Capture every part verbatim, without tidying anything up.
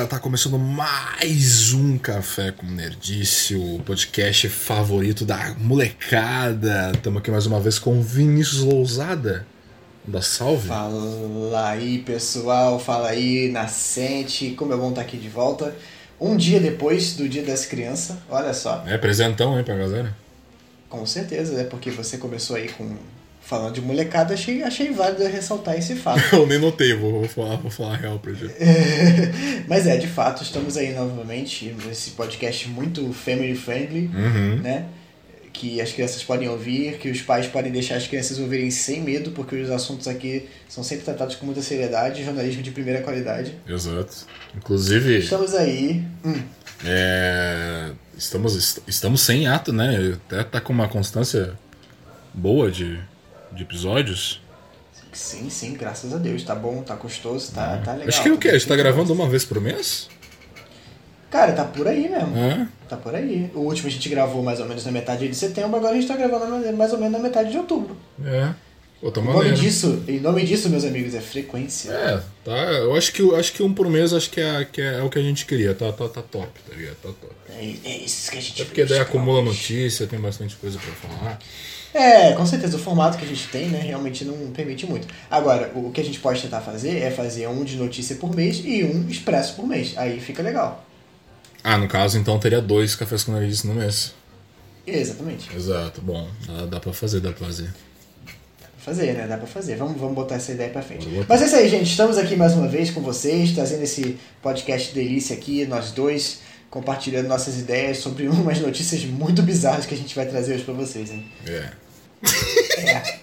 tá começando mais um Café com Nerdice, o podcast favorito da molecada. Estamos aqui mais uma vez com o Vinícius Lousada. Da Salve. Fala aí, pessoal, fala aí, nascente, como é bom estar aqui de volta. Um dia depois do Dia das Crianças, olha só. É presentão, hein, pra galera? Com certeza, é porque você começou aí com... Falando de molecada, achei, achei válido ressaltar esse fato. Eu nem notei, vou, vou, falar, vou falar a real pra gente. Mas é, de fato, estamos aí novamente nesse podcast muito family friendly, uhum. né? Que as crianças podem ouvir, que os pais podem deixar as crianças ouvirem sem medo, porque os assuntos aqui são sempre tratados com muita seriedade, jornalismo de primeira qualidade. Exato. Inclusive... Estamos aí... Hum. É, estamos, estamos sem ato, né? Até tá com uma constância boa de... de episódios? Sim, sim, graças a Deus. Tá bom, tá gostoso, tá, ah. tá legal. Acho que o quê? A gente tá gravando uma vez por mês? Cara, tá por aí mesmo. É? Tá por aí. O último a gente gravou mais ou menos na metade de setembro, agora a gente tá gravando mais ou menos na metade de outubro. É. Pô, tá em, nome disso, em nome disso, meus amigos, é frequência. É, tá. Eu acho que, acho que um por mês acho que é, que é o que a gente queria. Tá, tá, tá top, tá ligado? Tá top. É, é isso que a gente É porque daí acumula notícia, tem bastante coisa pra falar. É, com certeza, o formato que a gente tem, né, realmente não permite muito. Agora, o que a gente pode tentar fazer é fazer um de notícia por mês e um expresso por mês. Aí fica legal. Ah, no caso, então teria dois cafés com nariz no mês. Exatamente. Exato, bom, dá, dá pra fazer, dá pra fazer. Dá pra fazer, né, dá pra fazer. Vamos, vamos botar essa ideia pra frente. Mas é isso aí, gente, estamos aqui mais uma vez com vocês, trazendo esse podcast delícia aqui, nós dois, compartilhando nossas ideias sobre umas notícias muito bizarras que a gente vai trazer hoje pra vocês, hein? É. É.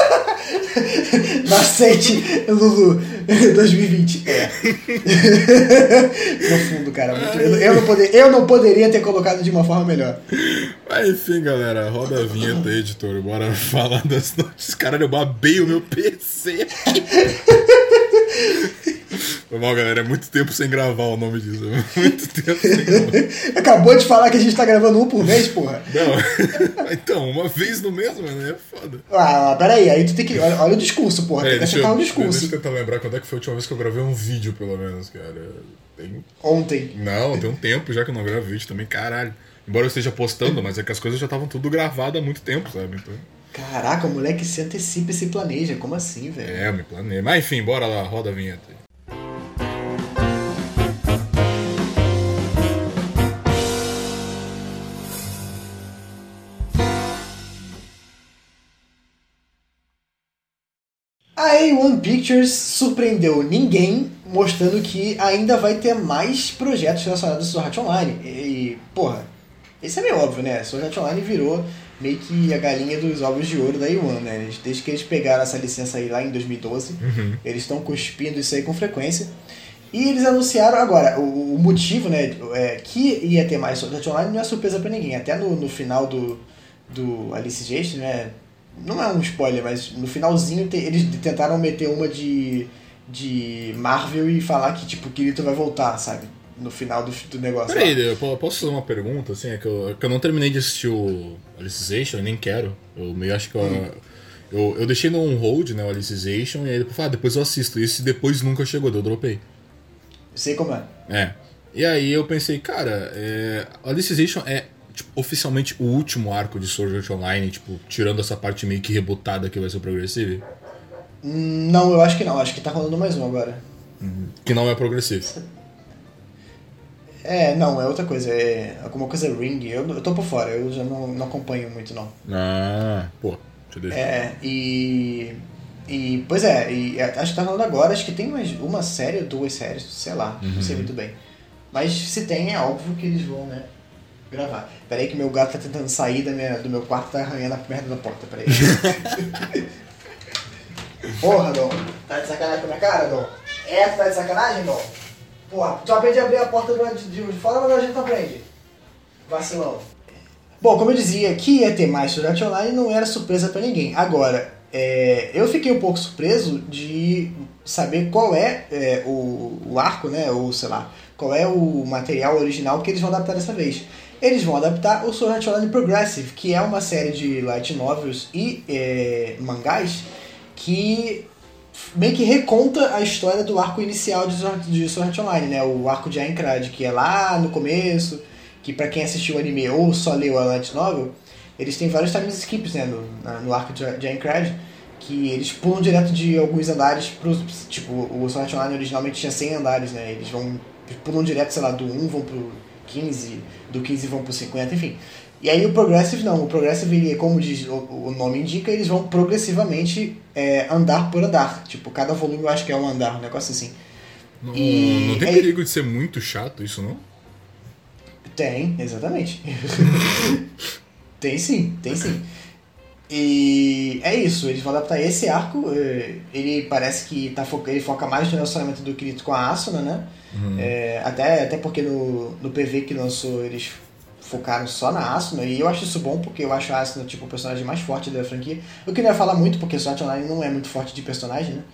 Nascente Lulu dois mil e vinte. É. Profundo, cara. Muito... Eu, não poder... eu não poderia ter colocado de uma forma melhor. Mas enfim, galera, roda a vinheta aí, editor. Bora falar das notícias. Caralho, eu babei o meu P C. Foi mal, galera, é muito tempo sem gravar o nome disso. É muito tempo sem gravar. Acabou de falar que a gente tá gravando um por mês, porra. Não, então, uma vez no mês, mano, é foda. Ah, peraí, aí tu tem que... Olha, olha o discurso, porra, é, tem que acertar o discurso. Deixa eu tentar lembrar quando é que foi a última vez que eu gravei um vídeo, pelo menos, cara. Tem... Ontem. Não, tem um tempo já que eu não gravo vídeo também, caralho. Embora eu esteja postando, mas é que as coisas já estavam tudo gravadas há muito tempo, sabe? Então... Caraca, o moleque se antecipa e se planeja, como assim, velho? É, eu me planejei. Mas enfim, bora lá, roda a vinheta aí. A A um Pictures surpreendeu ninguém, mostrando que ainda vai ter mais projetos relacionados ao Sword Art Online. E, porra, isso é meio óbvio, né? Sword Art Online virou meio que a galinha dos ovos de ouro da A um, né? Desde que eles pegaram essa licença aí lá em dois mil e doze, uhum. Eles estão cuspindo isso aí com frequência. E eles anunciaram agora, o, o motivo, né, é, que ia ter mais Sword Art Online não é surpresa pra ninguém. Até no, no final do, do Alicization, né? Não é um spoiler, mas no finalzinho te, eles tentaram meter uma de, de Marvel e falar que tipo, o Kirito vai voltar, sabe? No final do, do negócio. Peraí, eu posso fazer uma pergunta? Assim, é que eu, é que eu não terminei de assistir o Alicization, eu nem quero. Eu meio acho que eu, hum. eu, eu deixei no on-hold, né, o Alicization, e aí depois, ah, depois eu assisto. E esse depois nunca chegou, eu dropei. Eu sei como é. É. E aí eu pensei, cara, é, Alicization é... Tipo, oficialmente o último arco de Sword Art Online, tipo, tirando essa parte meio que rebotada que vai ser o Progressive? Não, eu acho que não. Acho que tá rolando mais um agora. Uhum. Que não é Progressive. É, não, é outra coisa. É alguma coisa Ring. Eu, eu tô por fora, eu já não, não acompanho muito, não. Ah, pô, deixa eu deixar. É, e... E, pois é, e acho que tá rolando agora. Acho que tem mais uma série ou duas séries, sei lá, uhum. Não sei muito bem. Mas se tem, é óbvio que eles vão, né? Gravar. Pera aí que meu gato tá tentando sair da minha, do meu quarto e tá arranhando a merda da porta. Pera aí. Porra, Dom. Tá de sacanagem com a minha cara, Dom? É, tu tá de sacanagem, Dom? Porra, tu aprende a abrir a porta de, de, de fora, mas a gente não aprende. Vacilão. Bom, como eu dizia, que ia ter mais Sword Art Online não era surpresa pra ninguém. Agora, é, eu fiquei um pouco surpreso de saber qual é, é o, o arco, né, ou sei lá, qual é o material original que eles vão adaptar dessa vez. Eles vão adaptar o Sword Art Online Progressive, que é uma série de light novels e é, mangás que meio que reconta a história do arco inicial de Sword, de Sword Art Online, né? O arco de Aincrad, que é lá no começo, que pra quem assistiu o anime ou só leu a light novel, eles têm vários time skips, né, no, no arco de, de Aincrad, que eles pulam direto de alguns andares pros, tipo, o Sword Art Online originalmente tinha cem andares, né? Eles vão pulam direto, sei lá, do um vão pro quinze, do quinze vão pro cinquenta, enfim. E aí o Progressive não, o Progressive, como diz o, o nome indica, eles vão progressivamente é, andar por andar. Tipo, cada volume eu acho que é um andar, um negócio assim. Não, E não tem é, perigo de ser muito chato isso, não? Tem, exatamente. Tem sim, tem sim. E é isso, eles vão adaptar esse arco. Ele parece que tá fo- ele foca mais no relacionamento do Kirito com a Asuna, né? Uhum. É, até, até porque no, no P V que lançou eles focaram só na Asuna, e eu acho isso bom porque eu acho a Asuna tipo, o personagem mais forte da franquia. Eu queria falar muito porque Sword Art Online não é muito forte de personagem, né?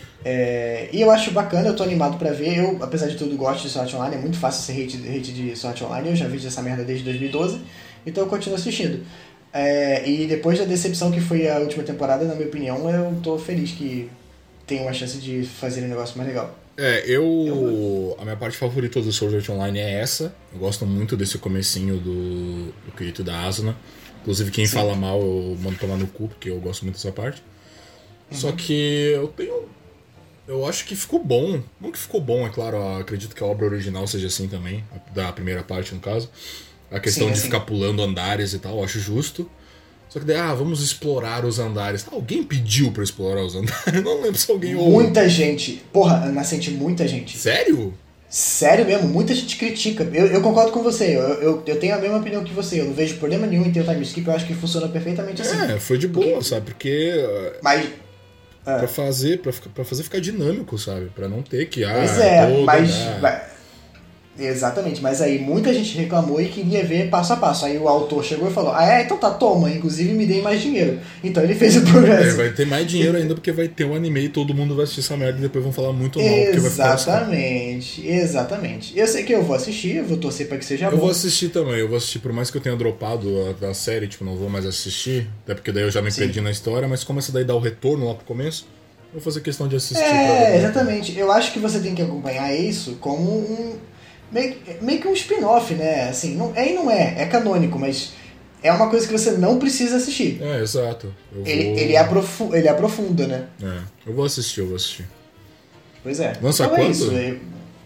É, e eu acho bacana, eu tô animado pra ver. Eu, apesar de tudo, gosto de Sword Art Online, é muito fácil ser hate, hate de Sword Art Online, eu já vi essa merda desde dois mil e doze, então eu continuo assistindo. É, e depois da decepção que foi a última temporada, na minha opinião, eu tô feliz que tem uma chance de fazer um negócio mais legal. É, eu... A minha parte favorita do Sword Art Online é essa. Eu gosto muito desse comecinho do, do Kirito e da Asuna. Inclusive, quem Sim. fala mal, eu mando tomar no cu, porque eu gosto muito dessa parte. Uhum. Só que eu tenho... Eu acho que ficou bom. Não que ficou bom, é claro. Eu acredito que a obra original seja assim também. Da primeira parte, no caso. A questão Sim, de assim. ficar pulando andares e tal, eu acho justo. Só que daí, ah, vamos explorar os andares. Ah, alguém pediu pra explorar os andares? Eu não lembro se alguém ouviu. Muita gente, porra, Nascente, muita gente. Sério? Sério mesmo, muita gente critica. Eu, eu concordo com você, eu, eu, eu tenho a mesma opinião que você. Eu não vejo problema nenhum em ter o time skip, eu acho que funciona perfeitamente assim. É, foi de boa, sabe? Porque uh, Mas, pra fazer, pra, ficar- pra fazer ficar dinâmico, sabe? Pra não ter que, ah, pois é, todo, mas. ah. vai- Exatamente, mas aí muita gente reclamou e queria ver passo a passo. Aí o autor chegou e falou: ah, é, então tá, toma, inclusive me dei mais dinheiro. Então ele fez o É, progresso. vai ter mais dinheiro ainda porque vai ter um anime e todo mundo vai assistir essa merda e depois vão falar muito mal porque vai ficar assim. Exatamente, exatamente. Eu sei que eu vou assistir, eu vou torcer pra que seja Eu bom. vou assistir também, eu vou assistir, por mais que eu tenha dropado a, a série, tipo, não vou mais assistir, até porque daí eu já me Sim. perdi na história, mas como essa daí dá o retorno lá pro começo, eu vou fazer questão de assistir. pra É, ver. exatamente. Eu acho que você tem que acompanhar isso como um. Meio, meio que um spin-off, né? Assim, não, é e não é, é canônico, mas é uma coisa que você não precisa assistir. É, exato. Eu Ele, vou... ele, aprofu, ele aprofunda, né? É, eu vou assistir, eu vou assistir. Pois é. Lança então quando? é isso. é-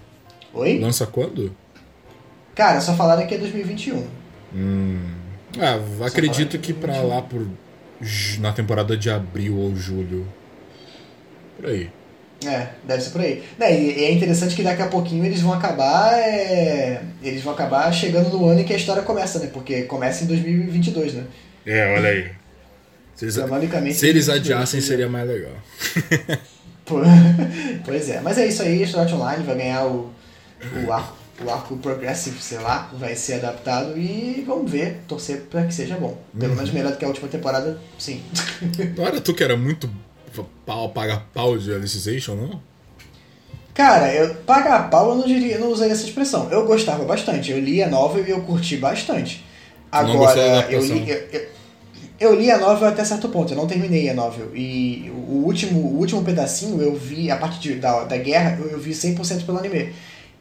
Oi? Lança quando? Cara, só falaram que é dois mil e vinte e um. Hum... Ah, acredito falar que que pra lá por... ju- na temporada de abril ou julho. Por aí. É, deve ser por aí. Né, e e é interessante que daqui a pouquinho eles vão acabar. é, Eles vão acabar chegando no ano em que a história começa, né? Porque começa em dois mil e vinte e dois, né? É, olha aí. Se eles, Canonicamente, se eles dois mil e vinte e dois, adiassem, seria mais legal. Pô, pois é, mas é isso aí, Sword Art Online vai ganhar o, o, arco, o arco Progressive, sei lá, vai ser adaptado e vamos ver, torcer pra que seja bom. Pelo menos melhor do que a última temporada, sim. Não era tu que era muito pau, paga pau de Alicization, não? Cara, eu pagar pau eu não, diria, eu não usaria essa expressão. Eu gostava bastante, eu li a novel e eu curti bastante. não gostou da Agora, eu adaptação? li, eu, eu, eu li a novel até certo ponto, eu não terminei a novel. E o último, o último pedacinho eu vi, a parte de, da, da guerra, eu, eu vi cem por cento pelo anime.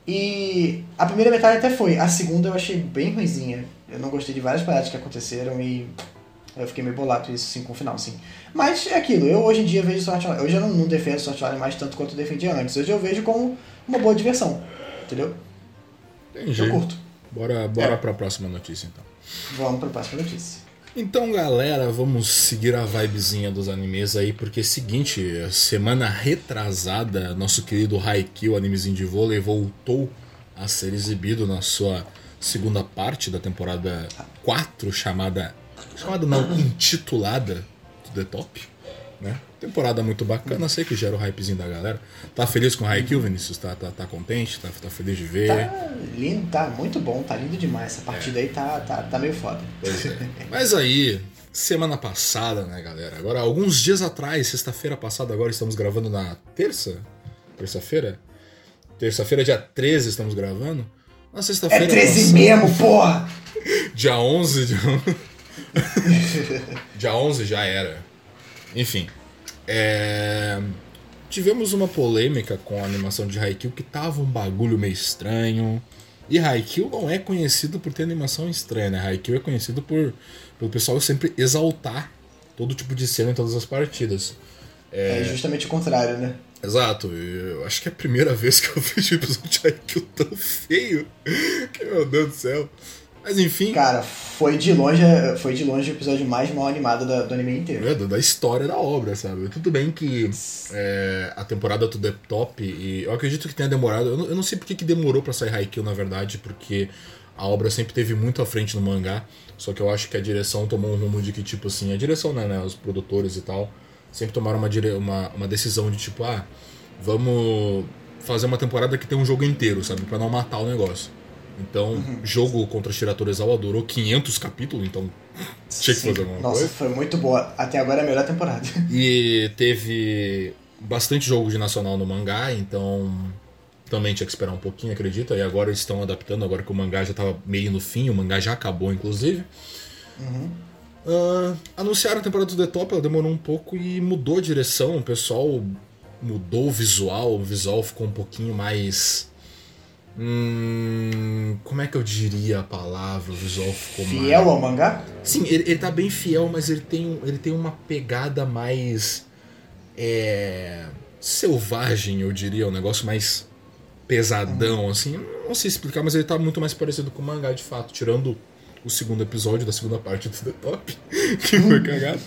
E a primeira metade até foi, a segunda eu achei bem ruinzinha. Eu não gostei de várias paradas que aconteceram e eu fiquei meio bolado isso sim, com o final, sim. Mas é aquilo, eu hoje em dia vejo Sword Art Online, hoje eu não, não defendo Sword Art Online mais tanto quanto eu defendia antes. Hoje eu vejo como uma boa diversão, entendeu? Entendi. Eu curto. Bora, bora É. pra próxima notícia, então. Vamos pra próxima notícia. Então, galera, vamos seguir a vibezinha dos animes aí, porque é o seguinte, semana retrasada, nosso querido Haikyuu, animezinho de vôlei, voltou a ser exibido na sua segunda parte da temporada quatro, chamada, chamada não, intitulada The Top, né? Temporada muito bacana, sei que gera o hypezinho da galera. Tá feliz com o Haikyuu, Vinícius? Tá, tá, tá contente? Tá, tá feliz de ver? Tá lindo, tá muito bom, tá lindo demais. Essa partida aí tá, tá, tá meio foda. Pois é. Mas aí, semana passada, né, galera? Agora, alguns dias atrás, sexta-feira passada, agora estamos gravando na terça? Terça-feira? Terça-feira, dia treze, estamos gravando. Na sexta-feira. É treze passada- mesmo, porra! Dia onze. Dia... dia onze já era. Enfim. É... tivemos uma polêmica com a animação de Haikyuu que tava um bagulho meio estranho. E Haikyuu não é conhecido por ter animação estranha, né? Haikyuu é conhecido por pelo pessoal sempre exaltar todo tipo de cena em todas as partidas. É, é justamente o contrário, né? Exato, eu acho que é a primeira vez que eu vejo um episódio de Haikyuu tão feio. Que, meu Deus do céu. Mas enfim... Cara, foi de longe, foi de longe o episódio mais mal animado da, do anime inteiro. É, da história da obra, sabe? Tudo bem que é, a temporada tudo é top e eu acredito que tenha demorado. Eu não, eu não sei porque que demorou pra sair Haikyuu, na verdade, porque a obra sempre teve muito à frente no mangá. Só que eu acho que a direção tomou um rumo de que, tipo assim, a direção, né, né os produtores e tal, sempre tomaram uma, dire... uma, uma decisão de tipo, ah, vamos fazer uma temporada que tem um jogo inteiro, sabe? Pra não matar o negócio. Então, uhum. jogo contra Shira Torezawa durou quinhentos capítulos, então tinha que fazer alguma Nossa, coisa. Nossa, foi muito boa. Até agora é a melhor temporada. E teve bastante jogo de nacional no mangá, então também tinha que esperar um pouquinho, acredita? E agora eles estão adaptando, agora que o mangá já estava meio no fim, o mangá já acabou, inclusive. Uhum. Uh, anunciaram a temporada do The Top, ela demorou um pouco e mudou a direção, o pessoal mudou o visual, o visual ficou um pouquinho mais... Hum, como é que eu diria a palavra? O visual ficou fiel mais... ao mangá? Sim, ele, ele tá bem fiel, mas ele tem, ele tem uma pegada mais é, selvagem, eu diria, um negócio mais pesadão, uhum. assim. Não sei explicar, mas ele tá muito mais parecido com o mangá, de fato, tirando o segundo episódio da segunda parte do The Top, que foi cagado.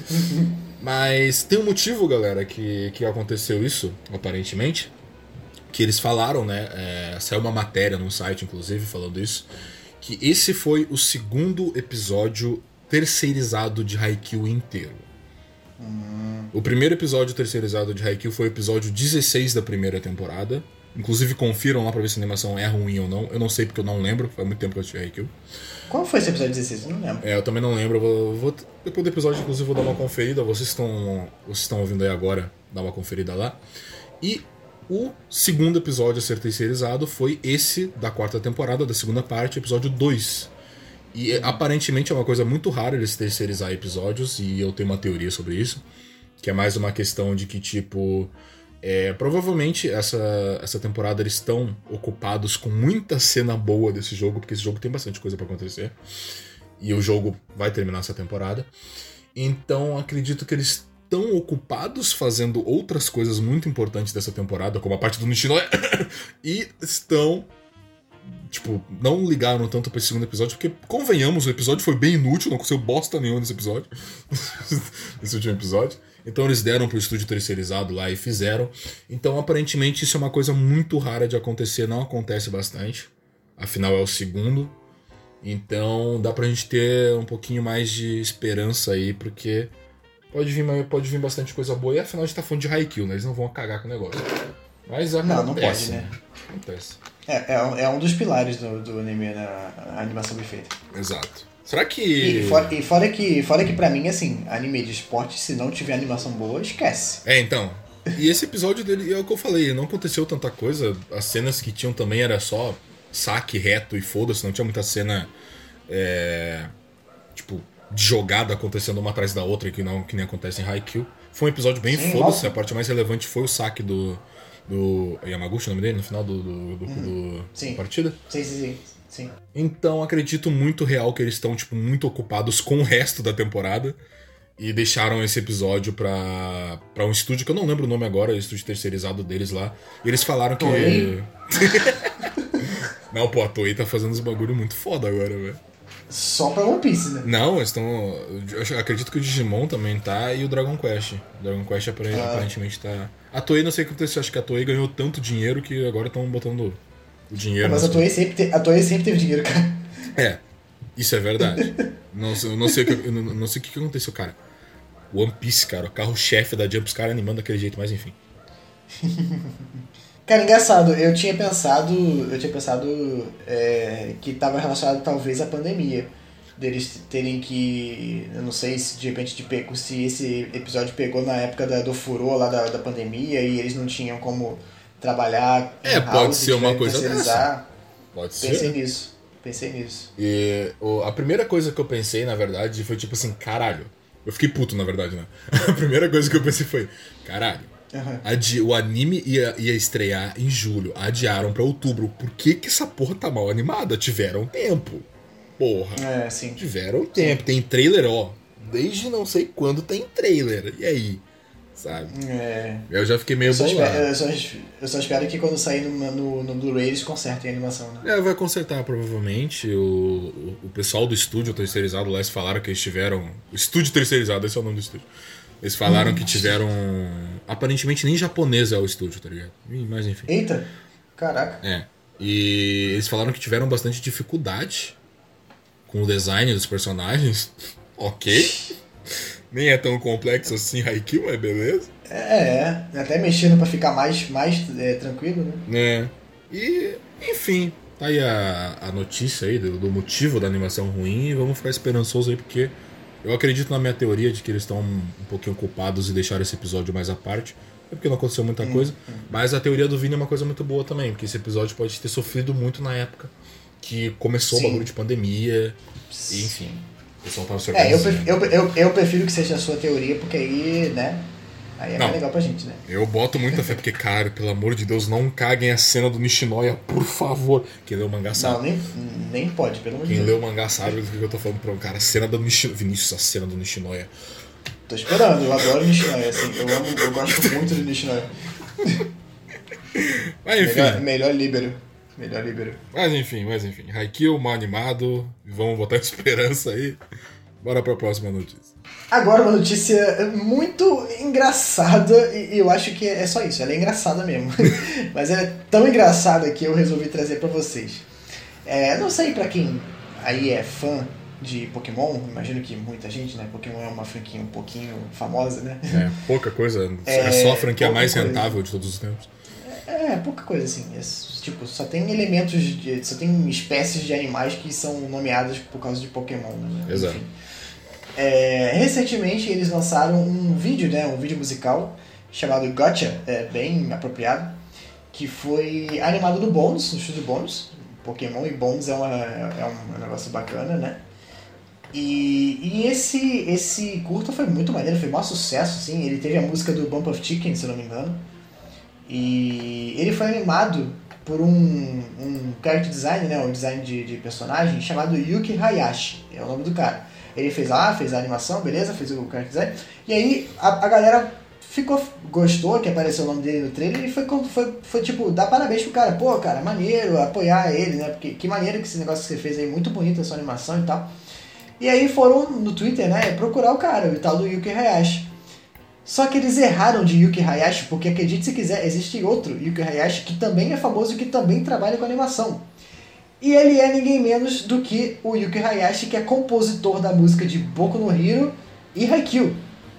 Mas tem um motivo, galera, que, que aconteceu isso, aparentemente. Que eles falaram, né? É, saiu uma matéria num site, inclusive, falando isso. Que esse foi o segundo episódio terceirizado de Haikyuu inteiro. Hum. O primeiro episódio terceirizado de Haikyuu foi o episódio dezesseis da primeira temporada. Inclusive, confiram lá pra ver se a animação é ruim ou não. Eu não sei porque eu não lembro, faz muito tempo que eu assisti Haikyuu. Qual foi esse episódio dezesseis? Eu não lembro. É, eu também não lembro. Eu vou, vou, depois do episódio, inclusive, vou dar uma conferida. Vocês estão, vocês estão ouvindo aí agora, dá uma conferida lá. E... o segundo episódio a ser terceirizado foi esse da quarta temporada, da segunda parte, episódio dois. E uhum. aparentemente é uma coisa muito rara eles terceirizar episódios, e eu tenho uma teoria sobre isso, que é mais uma questão de que, tipo, é, provavelmente essa, essa temporada eles estão ocupados com muita cena boa desse jogo, porque esse jogo tem bastante coisa pra acontecer, e o jogo vai terminar essa temporada. Então acredito que eles estão ocupados fazendo outras coisas muito importantes dessa temporada, como a parte do Nishinoya, e estão, tipo, não ligaram tanto pra esse segundo episódio, porque, convenhamos, o episódio foi bem inútil, não aconteceu bosta nenhuma nesse episódio, nesse último episódio. Então eles deram pro estúdio terceirizado lá e fizeram. Então, aparentemente, isso é uma coisa muito rara de acontecer, não acontece bastante, afinal é o segundo. Então dá pra gente ter um pouquinho mais de esperança aí, porque... Pode vir, pode vir bastante coisa boa. E afinal a gente tá falando de Haikyuu, né? Eles não vão cagar com o negócio. Mas acontece. Não, não pode, né? Acontece. É, é, um, é um dos pilares do, do anime, né? A animação bem feita. Exato. Será que... E fora, e fora que, fora que pra mim, assim, anime de esporte, se não tiver animação boa, esquece. É, então. E esse episódio dele, é o que eu falei, não aconteceu tanta coisa. As cenas que tinham também era só saque reto e foda-se. Não tinha muita cena... É, tipo... de jogada acontecendo uma atrás da outra, que, não, que nem acontece em Haikyuu. Foi um episódio bem foda-se, a parte mais relevante foi o saque do, do Yamaguchi, o nome dele, no final do, do, do, uhum. do da partida. Sim, sim, sim, sim. Então acredito muito real que eles estão tipo, muito ocupados com o resto da temporada e deixaram esse episódio pra, pra um estúdio que eu não lembro o nome agora, o estúdio terceirizado deles lá. E eles falaram que... Não, pô, a Toei tá fazendo uns bagulho muito foda agora, velho. Só pra One Piece, né? Não, eles estão... Eu acredito que o Digimon também tá e o Dragon Quest. O Dragon Quest ah. aparentemente tá... A Toei, não sei o que aconteceu, acho que a Toei ganhou tanto dinheiro que agora estão botando o dinheiro... Mas a Toei, sempre te... a Toei sempre teve dinheiro, cara. É, isso é verdade. não, eu não sei o que, eu não, não sei o que aconteceu, cara. One Piece, cara, o carro-chefe da Jump, os caras animando daquele jeito, mas enfim. Cara, engraçado, eu tinha pensado, eu tinha pensado é, que estava relacionado talvez à pandemia. Deles terem que, eu não sei se de repente de pego, se esse episódio pegou na época da, do furor lá da, da pandemia e eles não tinham como trabalhar. É, pode ser uma coisa dessa. Pode ser. Pensei nisso, pensei nisso. E a primeira coisa que eu pensei, na verdade, foi tipo assim, caralho. Eu fiquei puto, na verdade, né? A primeira coisa que eu pensei foi, caralho. Uhum. Adi- o anime ia, ia estrear em julho. Adiaram pra outubro. Por que que essa porra tá mal animada? Tiveram tempo. Porra. É, sim. Tiveram tempo. Sim. Tem trailer, ó. Desde não sei quando tem trailer. E aí? Sabe? É. Eu já fiquei meio eu só, bolado. espero, eu, só, eu só espero que quando sair no, no, no Blu-ray eles consertem a animação, né? É, vai consertar provavelmente. O, o, o pessoal do estúdio terceirizado lá, eles falaram que eles tiveram... O estúdio terceirizado, esse é o nome do estúdio. Eles falaram hum, que tiveram... Aparentemente nem japonês é o estúdio, tá ligado? Mas enfim. Eita! Caraca. É. E eles falaram que tiveram bastante dificuldade com o design dos personagens. Ok. Nem é tão complexo assim Haikyuu, mas beleza. É, até mexendo pra ficar mais, mais é, tranquilo, né? É. E, enfim, tá aí a, a notícia aí do, do motivo da animação ruim e vamos ficar esperançosos aí porque eu acredito na minha teoria de que eles estão um, um pouquinho culpados e deixaram esse episódio mais à parte. É porque não aconteceu muita hum, coisa. Hum. Mas a teoria do Vini é uma coisa muito boa também, porque esse episódio pode ter sofrido muito na época que começou Sim. o bagulho de pandemia. E, enfim, o pessoal tava se É, eu prefiro, eu, eu, eu prefiro que seja a sua teoria, porque aí, né? Aí é não, mais legal pra gente, né? Eu boto muita fé, porque, cara, pelo amor de Deus, não caguem a cena do Nishinoya, por favor. Quem lê o mangá sabe. Não, nem, nem pode, pelo amor de Deus. Deus. Quem lê o mangá sabe do que eu tô falando pra um cara. A cena do Nishinoya. Vinícius, a cena do Nishinoya. Tô esperando, eu adoro o Nishinoya, assim. Eu, amo, eu gosto muito do Nishinoya. Mas enfim. Melhor, melhor líbero. Melhor líbero. Mas enfim, mas enfim. Haikyuu, mal animado. Vamos botar esperança aí. Bora pra próxima notícia. Agora uma notícia muito engraçada, e eu acho que é só isso, ela é engraçada mesmo. Mas ela é tão engraçada que eu resolvi trazer pra vocês. É, não sei pra quem aí é fã de Pokémon, imagino que muita gente, né? Pokémon é uma franquia um pouquinho famosa, né? É, pouca coisa. É, é só a franquia mais coisa. rentável de todos os tempos. É, pouca coisa assim. É, tipo, só tem elementos, de, só tem espécies de animais que são nomeadas por causa de Pokémon, né? Exato. Enfim. É, recentemente eles lançaram um vídeo, né, um vídeo musical chamado Gotcha, é, bem apropriado, que foi animado no Bones, no estúdio Bones. Pokémon e Bones é, uma, é um negócio bacana, né? E, e esse, esse curta foi muito maneiro, foi um maior sucesso, assim. Ele teve a música do Bump of Chicken, se eu não me engano. E ele foi animado por um, um character design, né, um design de, de personagem chamado Yuki Hayashi, é o nome do cara. Ele fez lá, fez a animação, beleza, fez o character design. E aí a, a galera ficou, gostou que apareceu o nome dele no trailer e foi, foi, foi tipo, dar parabéns pro cara. Pô, cara, maneiro, apoiar ele, né, porque que maneiro que esse negócio que você fez aí, muito bonito a sua animação e tal. E aí foram no Twitter, né, procurar o cara, o tal do Yuki Hayashi. Só que eles erraram de Yuki Hayashi, porque acredite se quiser, existe outro Yuki Hayashi que também é famoso e que também trabalha com animação. E ele é ninguém menos do que o Yuki Hayashi, que é compositor da música de Boku no Hero e Haikyuu.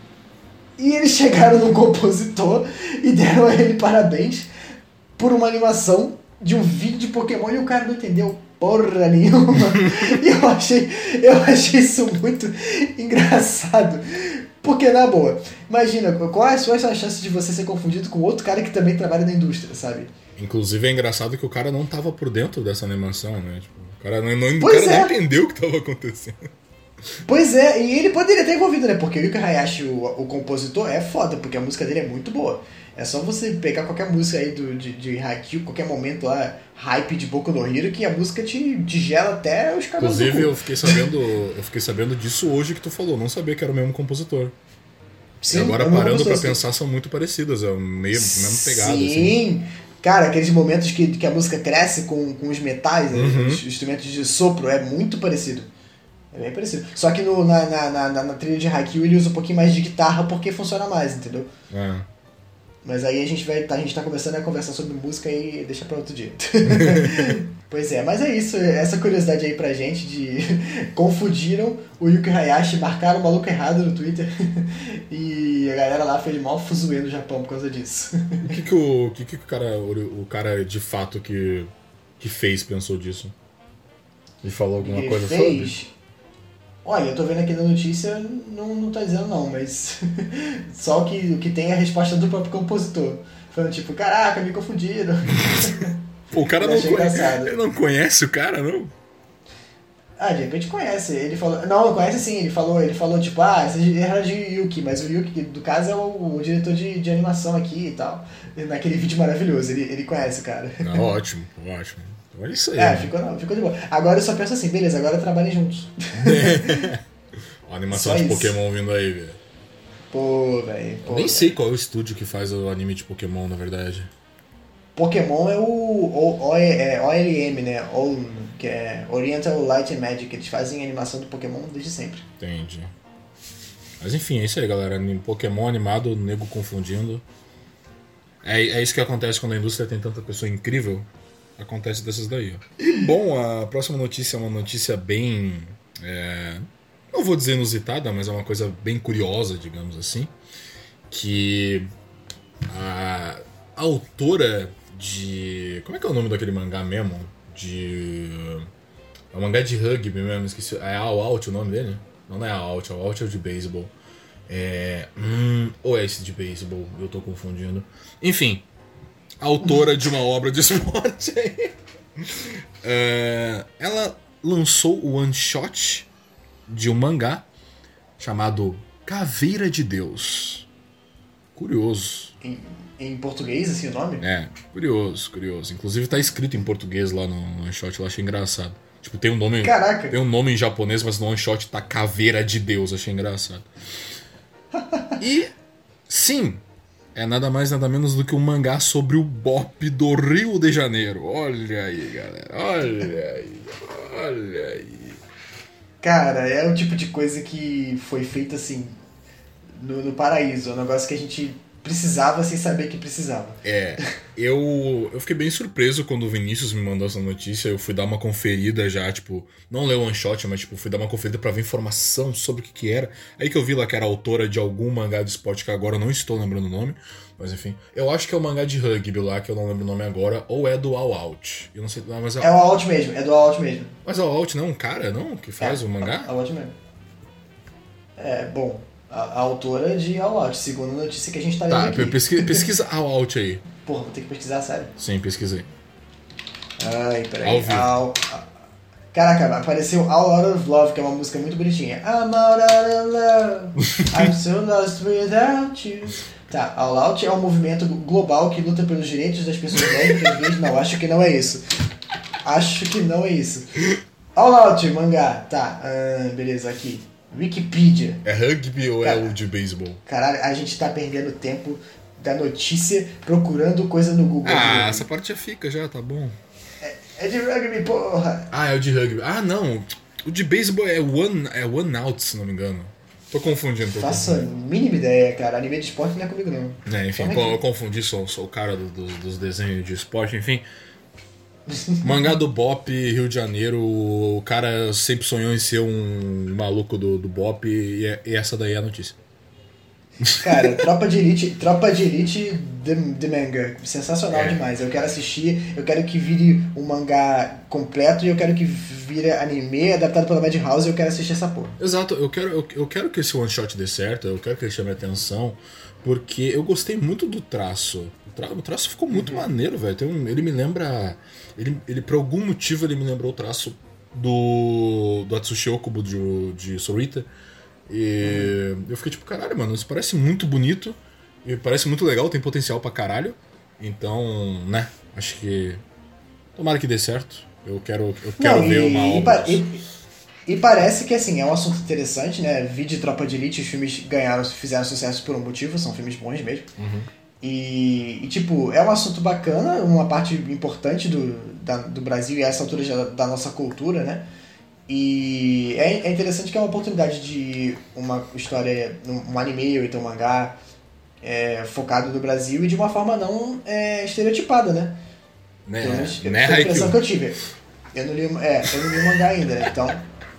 E eles chegaram no compositor e deram a ele parabéns por uma animação de um vídeo de Pokémon e o cara não entendeu porra nenhuma. E eu achei, eu achei isso muito engraçado. Porque, na boa, imagina, quais são as chances de você ser confundido com outro cara que também trabalha na indústria, sabe? Inclusive é engraçado que o cara não tava por dentro dessa animação, né? Tipo, o cara, não, não, o cara é. não entendeu o que tava acontecendo. Pois é, e ele poderia ter envolvido, né? Porque o Yuki Hayashi, o, o compositor, é foda, porque a música dele é muito boa. É só você pegar qualquer música aí do, de, de Haikyuu, qualquer momento lá, hype de Boku no Hero, que a música te, te gela até os cabelos. Inclusive, eu fiquei sabendo, eu fiquei sabendo disso hoje que tu falou, não sabia que era o mesmo compositor. Sim, e agora, parando pra pensar, são muito parecidas, é o meio, mesmo pegado. Sim, assim. Cara, aqueles momentos que, que a música cresce com, com os metais, uhum. os instrumentos de sopro, é muito parecido. É bem parecido. Só que no, na, na, na, na trilha de Haikyuu ele usa um pouquinho mais de guitarra porque funciona mais, entendeu? É. Mas aí a gente vai a gente tá começando a conversar sobre música e deixa pra outro dia. Pois é, mas é isso. Essa curiosidade aí pra gente de confundiram o Yuki Hayashi, marcaram o maluco errado no Twitter e a galera lá fez mal fuzuê no Japão por causa disso. O que que o, o, que que o, cara, o, o cara de fato que, que fez pensou disso? E falou alguma ele coisa fez... sobre? Olha, eu tô vendo aqui na notícia, não, não tá dizendo não, mas só o que, o que tem é a resposta do próprio compositor. Falando tipo, caraca, me confundiram. Pô, o cara não conhece, ele não conhece o cara, não? Ah, de repente conhece. Ele falou. Não, conhece sim, ele falou, ele falou, tipo, ah, você era de Yuki, mas o Yuki, do caso, é o, o diretor de, de animação aqui e tal. Naquele vídeo maravilhoso, ele, ele conhece o cara. Não, ótimo, ótimo. Olha isso aí. É, né? ficou, não, ficou de boa. Agora eu só penso assim, beleza, agora trabalhem juntos. A animação Só de isso. Pokémon vindo aí, velho. Pô, velho. Eu nem sei qual é o estúdio que faz o anime de Pokémon, na verdade. Pokémon é o, o, o, é, O L M, né? O, que é Oriental Light and Magic. Eles fazem animação do Pokémon desde sempre. Entendi. Mas enfim, é isso aí, galera. Pokémon animado, nego confundindo. É, é isso que acontece quando a indústria tem tanta pessoa incrível. Acontece dessas daí, ó. E bom, a próxima notícia é uma notícia bem... É, não vou dizer inusitada, mas é uma coisa bem curiosa, digamos assim. Que a, a autora de... Como é que é o nome daquele mangá mesmo? De... É um mangá de rugby mesmo, esqueci. É All Out o nome dele? Não, não é All Out, All Out é o de beisebol. É... Hum, ou é esse de beisebol? Eu tô confundindo. Enfim, autora de uma obra de esporte aí. É, ela lançou o one shot de um mangá chamado Caveira de Deus. Curioso. Em, em português, assim, o nome? É, curioso, curioso. Inclusive tá escrito em português lá no one shot, eu achei engraçado. Tipo, tem um nome, Caraca. tem um nome em japonês, mas no one shot tá Caveira de Deus, achei engraçado. E sim, é nada mais nada menos do que um mangá sobre o Bop do Rio de Janeiro. Olha aí, galera. Olha aí. Olha aí. Cara, é o tipo de coisa que foi feita assim no, no paraíso. É um negócio que a gente precisava sem saber que precisava. É, eu, eu fiquei bem surpreso quando o Vinícius me mandou essa notícia. Eu fui dar uma conferida já, tipo, não ler o one shot, mas tipo, fui dar uma conferida pra ver informação sobre o que que era. Aí que eu vi lá que era autora de algum mangá de esporte que agora eu não estou lembrando o nome. Mas enfim, eu acho que é o mangá de rugby lá, que eu não lembro o nome agora, ou é do All Out. Eu não sei, mas é, É o All Out mesmo, é do All Out mesmo. mas o All Out não é um cara, não, que faz é, o mangá? All Out mesmo. É, bom, a, a autora de All Out, segundo a notícia que a gente tá lendo Tá, aqui. pesquisa, pesquisa All Out aí. Porra, vou ter que pesquisar, sério? Sim, pesquisei. Ai, peraí. Ao vivo. All... Caraca, apareceu All Out of Love, que é uma música muito bonitinha. I'm out of love, I'm so lost without you. Tá, All Out é um movimento global que luta pelos direitos das pessoas lésbicas. Não, acho que não é isso. Acho que não é isso. All Out, mangá. Tá, ah, beleza, aqui. Wikipedia. É rugby ou Cara, é o de beisebol? Caralho, a gente tá perdendo tempo da notícia procurando coisa no Google. Ah, essa parte já fica já, tá bom. É de rugby, porra. Ah, é o de rugby. Ah, não. O de beisebol é one, é one out, se não me engano. Tô confundindo. Tô Faço a confundindo. mínima ideia, cara. Anime de esporte não é comigo, não. É, enfim, Como é co- que- eu confundi, sou, sou o cara do- do- dos desenhos de esporte, enfim. Mangá do Bop, Rio de Janeiro. O cara sempre sonhou em ser um maluco do, do Bop e, é- e essa daí é a notícia. Cara, Tropa de Elite, Tropa de Elite de, de manga. Sensacional É. demais. Eu quero assistir, eu quero que vire um mangá completo e eu quero que vire anime adaptado pela Madhouse e eu quero assistir essa porra. Exato, eu quero, eu, eu quero que esse one shot dê certo, eu quero que ele chame a atenção, porque eu gostei muito do traço. O, tra, o traço ficou muito maneiro, velho. Tem um- Ele me lembra. Ele, ele, por algum motivo, ele me lembrou o traço do, do Atsushi Okubo de, de Sorita. E eu fiquei tipo, caralho, mano, isso parece muito bonito e parece muito legal, tem potencial pra caralho. Então, né, acho que. Tomara que dê certo. Eu quero, eu quero Não, ver e, uma e, obra. pa- e, e parece que assim, é um assunto interessante, né? Vi de Tropa de Elite, os filmes ganharam, fizeram sucesso por um motivo, são filmes bons mesmo. Uhum. E, e, tipo, é um assunto bacana, uma parte importante do, da, do Brasil e a essa altura já da nossa cultura, né? E é, é interessante que é uma oportunidade de uma história, um anime ou então um mangá é, focado no Brasil e de uma forma não é, estereotipada, né? Né, Pelo menos né, foi a impressão Haikyuu? que eu tive. Eu não li, é, eu não li o mangá ainda, né? Então...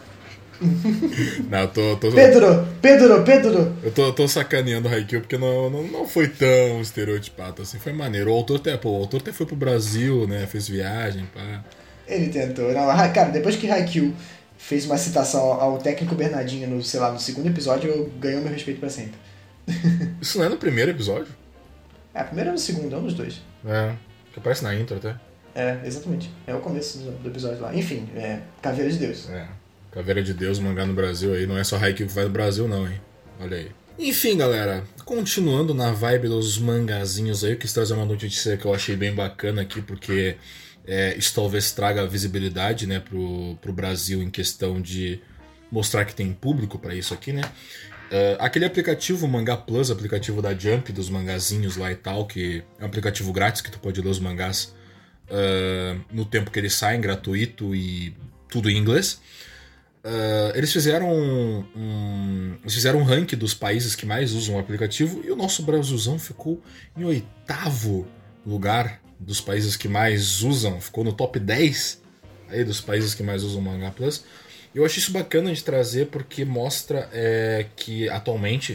Não, eu tô, tô, Pedro! Pedro! Pedro! eu tô, tô sacaneando o Haikyuu porque não, não, não foi tão estereotipado assim, foi maneiro. O autor até, pô, o autor até foi pro Brasil, né, fez viagem, pá. Ele tentou. Não, ah, cara, depois que Haikyuu fez uma citação ao técnico Bernardinho no, sei lá, no segundo episódio, eu ganhou meu respeito pra sempre. Isso não é no primeiro episódio? É, primeiro ou no segundo, é um dos dois. É, que aparece na intro até. É, exatamente. É o começo do, do episódio lá. Enfim, é Caveira de Deus. É. Caveira de Deus, mangá no Brasil aí. Não é só Haikyuu que vai no Brasil, não, hein? Olha aí. Enfim, galera. Continuando na vibe dos mangazinhos aí, eu quis trazer uma notícia que eu achei bem bacana aqui, porque é, isso talvez traga visibilidade, né, pro, pro Brasil em questão de mostrar que tem público pra isso aqui, né? Uh, aquele aplicativo Manga Plus, aplicativo da Jump, dos mangazinhos lá e tal, que é um aplicativo grátis que tu pode ler os mangás uh, no tempo que eles saem, gratuito e tudo em inglês. Uh, eles fizeram um, um, eles fizeram um ranking dos países que mais usam o aplicativo e o nosso Brasilzão ficou em oitavo lugar dos países que mais usam, ficou no top dez aí dos países que mais usam o Manga Plus. Eu acho isso bacana de trazer porque mostra é, que atualmente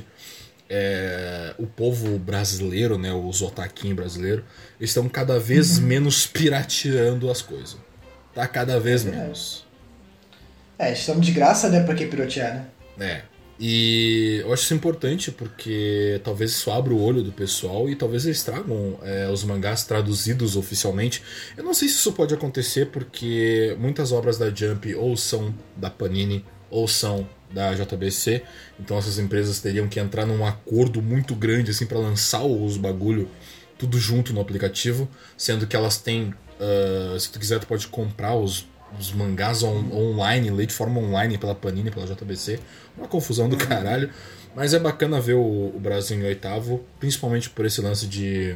é, o povo brasileiro, né, os otaquinhos brasileiros, estão cada vez menos pirateando as coisas. Tá cada vez é menos. É, estamos de graça, né, pra que pirotear, né? É, e eu acho isso importante porque talvez isso abra o olho do pessoal e talvez eles tragam é, os mangás traduzidos oficialmente. Eu não sei se isso pode acontecer porque muitas obras da Jump ou são da Panini ou são da J B C, então essas empresas teriam que entrar num acordo muito grande assim para lançar os bagulho tudo junto no aplicativo, sendo que elas têm, uh, se tu quiser tu pode comprar os os mangás on, online, ler de forma online pela Panini, pela J B C. Uma confusão do caralho. Mas é bacana ver o, o Brasil em oitavo, principalmente por esse lance de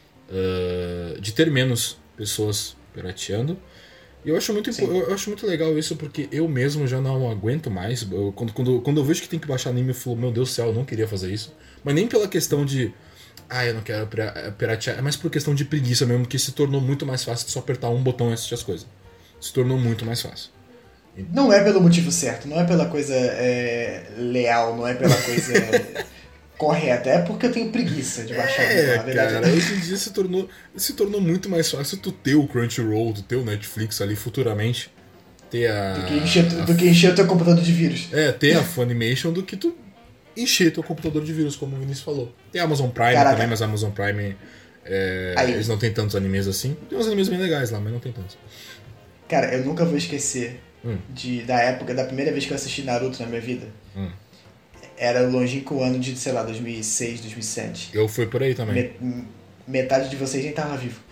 uh, de ter menos pessoas pirateando. E eu acho muito, eu, eu acho muito legal isso, porque eu mesmo já não aguento mais. Eu, quando, quando, quando eu vejo que tem que baixar anime, eu falo, meu Deus do céu, eu não queria fazer isso. Mas nem pela questão de ah, eu não quero piratear, é mais por questão de preguiça mesmo, que se tornou muito mais fácil de só apertar um botão e assistir as coisas. Se tornou muito mais fácil. Não é pelo motivo certo, não é pela coisa é, leal, não é pela coisa correta, é porque eu tenho preguiça de baixar. É, na verdade, cara, hoje em dia se tornou, se tornou muito mais fácil tu ter o Crunchyroll, tu ter o Netflix ali futuramente, ter a... Do que encher, a, do que encher o teu computador de vírus. É, ter a Funimation do que tu encher teu computador de vírus, como o Vinícius falou. Tem a Amazon Prime Caraca. também, mas a Amazon Prime, é, Aí. eles não tem tantos animes assim. Tem uns animes bem legais lá, mas não tem tantos. Cara, eu nunca vou esquecer Hum. de, da época, da primeira vez que eu assisti Naruto na minha vida. Hum. Era o longínquo ano de, sei lá, dois mil e seis, dois mil e sete. Eu fui por aí também. Me- metade de vocês nem tava vivo.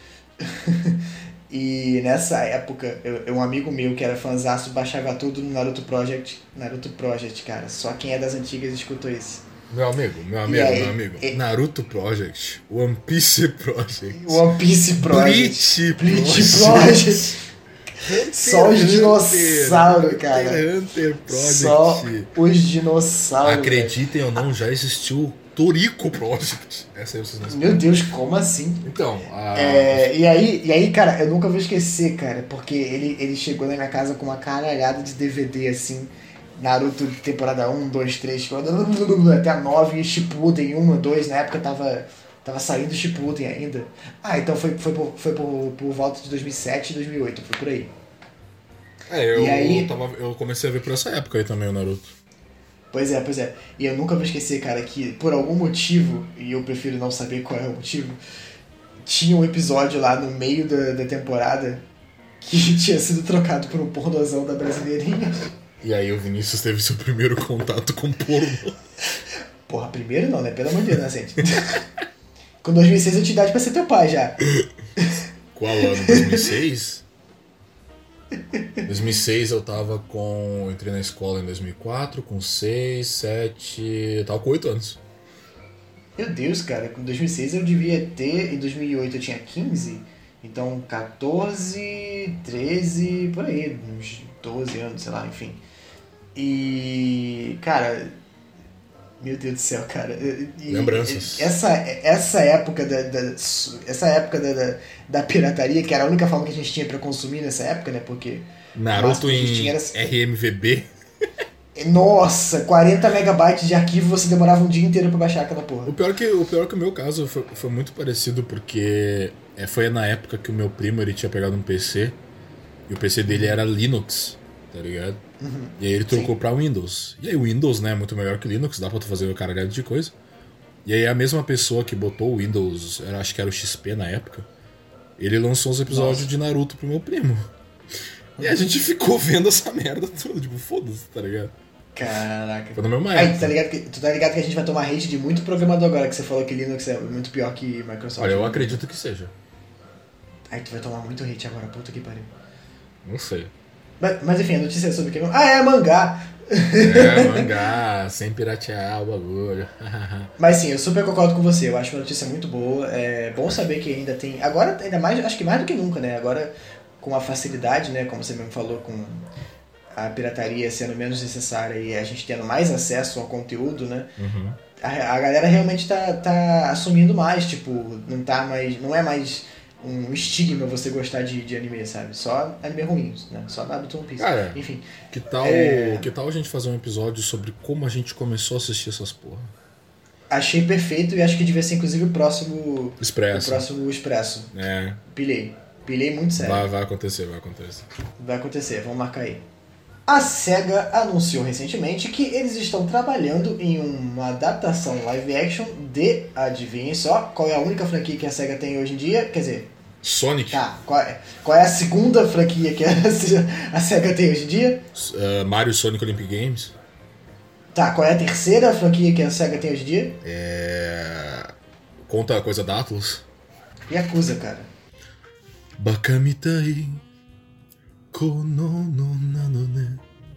E nessa época, eu, eu- um amigo meu que era fãzaço baixava tudo no Naruto Project. Naruto Project, cara. Só quem é das antigas escutou isso. Meu amigo, meu amigo, aí, meu amigo. e- Naruto Project, One Piece Project, One Piece Project. Bleach Bleach Project, Project. Só os dinossauros, cara. Hunter, Hunter Project. Só os dinossauros. Acreditem ou não, já existiu Toriko Project. Essa aí vocês não sabem. Meu Deus, como assim? Então, a... É, e, aí, e aí, cara, eu nunca vou esquecer, cara, porque ele, ele chegou na minha casa com uma caralhada de D V D, assim, Naruto temporada um, dois, três, até a nove, e Shippuden um, dois, na época tava, tava saindo Shippuden ainda. Ah, então foi, foi, por, foi por, por volta de dois mil e sete, dois mil e oito, foi por aí. É, eu, E aí- tava, eu comecei a ver por essa época aí também o Naruto. Pois é, pois é. E eu nunca vou esquecer, cara, que por algum motivo, e eu prefiro não saber qual é o motivo, tinha um episódio lá no meio da, da temporada que tinha sido trocado por um pornozão da Brasileirinha. E aí o Vinícius teve seu primeiro contato com porno. Porra, primeiro não, né? Pelo amor de Deus, né, gente? Com dois mil e seis eu tinha idade pra ser teu pai já. Qual ano? dois mil e seis? dois mil e seis eu tava com... Eu entrei na escola em dois mil e quatro, com seis, sete... Eu tava com oito anos. Meu Deus, cara, com dois mil e seis eu devia ter, em dois mil e oito eu tinha quinze, então quatorze, treze, por aí, uns doze anos, sei lá, enfim. E, cara, meu Deus do céu, cara. E, Lembranças. Essa, essa época da, da essa época da, da, da pirataria, que era a única forma que a gente tinha pra consumir nessa época, né? Porque Naruto máximo que a gente em tinha era- R M V B. nossa, quarenta megabytes de arquivo, você demorava um dia inteiro pra baixar aquela porra. O pior que o pior que o meu caso foi, foi muito parecido, porque é, foi na época que o meu primo ele tinha pegado um P C e o P C dele era Linux, tá ligado? Uhum. E aí ele trocou Sim. pra Windows. E aí o Windows, né, é muito melhor que o Linux, dá pra tu fazer uma caralhada de coisa. E aí a mesma pessoa que botou o Windows, eu acho que era o X P na época, ele lançou uns episódios Nossa. de Naruto pro meu primo. E a gente ficou vendo essa merda toda, tipo, foda-se, tá ligado? Caraca. Foi no mesmo Aí, época. tu tá, ligado que, tu tá ligado que a gente vai tomar hate de muito programador agora, que você falou que Linux é muito pior que Microsoft. Olha, eu acredito que seja. Aí tu vai tomar muito hate agora, puta que pariu. Não sei. Mas, mas enfim, a notícia é sobre o que? Ah, é mangá! É, mangá, sem piratear o bagulho. Mas sim, eu super concordo com você, eu acho uma notícia muito boa. É bom saber que ainda tem. Agora, ainda mais, acho que mais do que nunca, né? Agora, com a facilidade, né? Como você mesmo falou, com a pirataria sendo menos necessária e a gente tendo mais acesso ao conteúdo, né? Uhum. A, a galera realmente tá, tá assumindo mais, tipo, não tá mais. Não é mais um estigma você gostar de, de anime, sabe? Só anime ruins, né? Só Naruto One Piece. Cara, enfim. Que tal, é... que tal a gente fazer um episódio sobre como a gente começou a assistir essas porra? Achei perfeito e acho que devia ser inclusive o próximo. Expresso. O próximo Expresso. É. Pilhei. Pilhei muito sério. Vai, vai acontecer, vai acontecer. Vai acontecer, vamos marcar aí. A SEGA anunciou recentemente que eles estão trabalhando em uma adaptação live action de, adivinhem só, qual é a única franquia que a SEGA tem hoje em dia? Quer dizer, Sonic. tá, qual é, qual é a segunda franquia que a, a SEGA tem hoje em dia? Uh, Mario Sonic Olympic Games. Tá, qual é a terceira franquia que a SEGA tem hoje em dia? É... Conta a coisa da Atlus. Yakuza, cara. Bakamitai kono no nano ne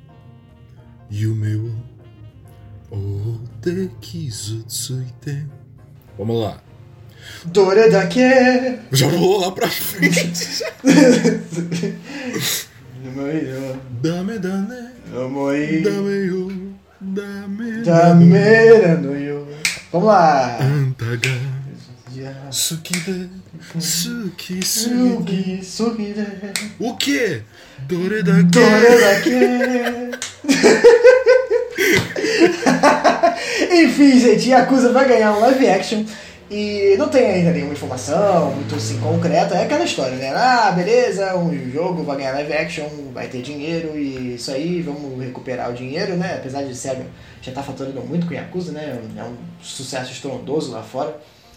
yume wo ote kizu tsuite. Vamos lá. Dore dake. Já vou lá pra frente. Dame dane. Amoi. Dame yo. Dame Dame no yo. Vamos lá. Antaga. Suki de. Suki suki. Suki, suki de. O quê? Dore dake. Dore dake. Enfim, gente, Yakuza vai ganhar um live action. E não tem ainda nenhuma informação muito assim concreta, é aquela história, né? Ah, beleza, um jogo vai ganhar live action, vai ter dinheiro e isso aí, vamos recuperar o dinheiro, né? Apesar de SEGA já tá faturando muito com Yakuza, né? É um sucesso estrondoso lá fora.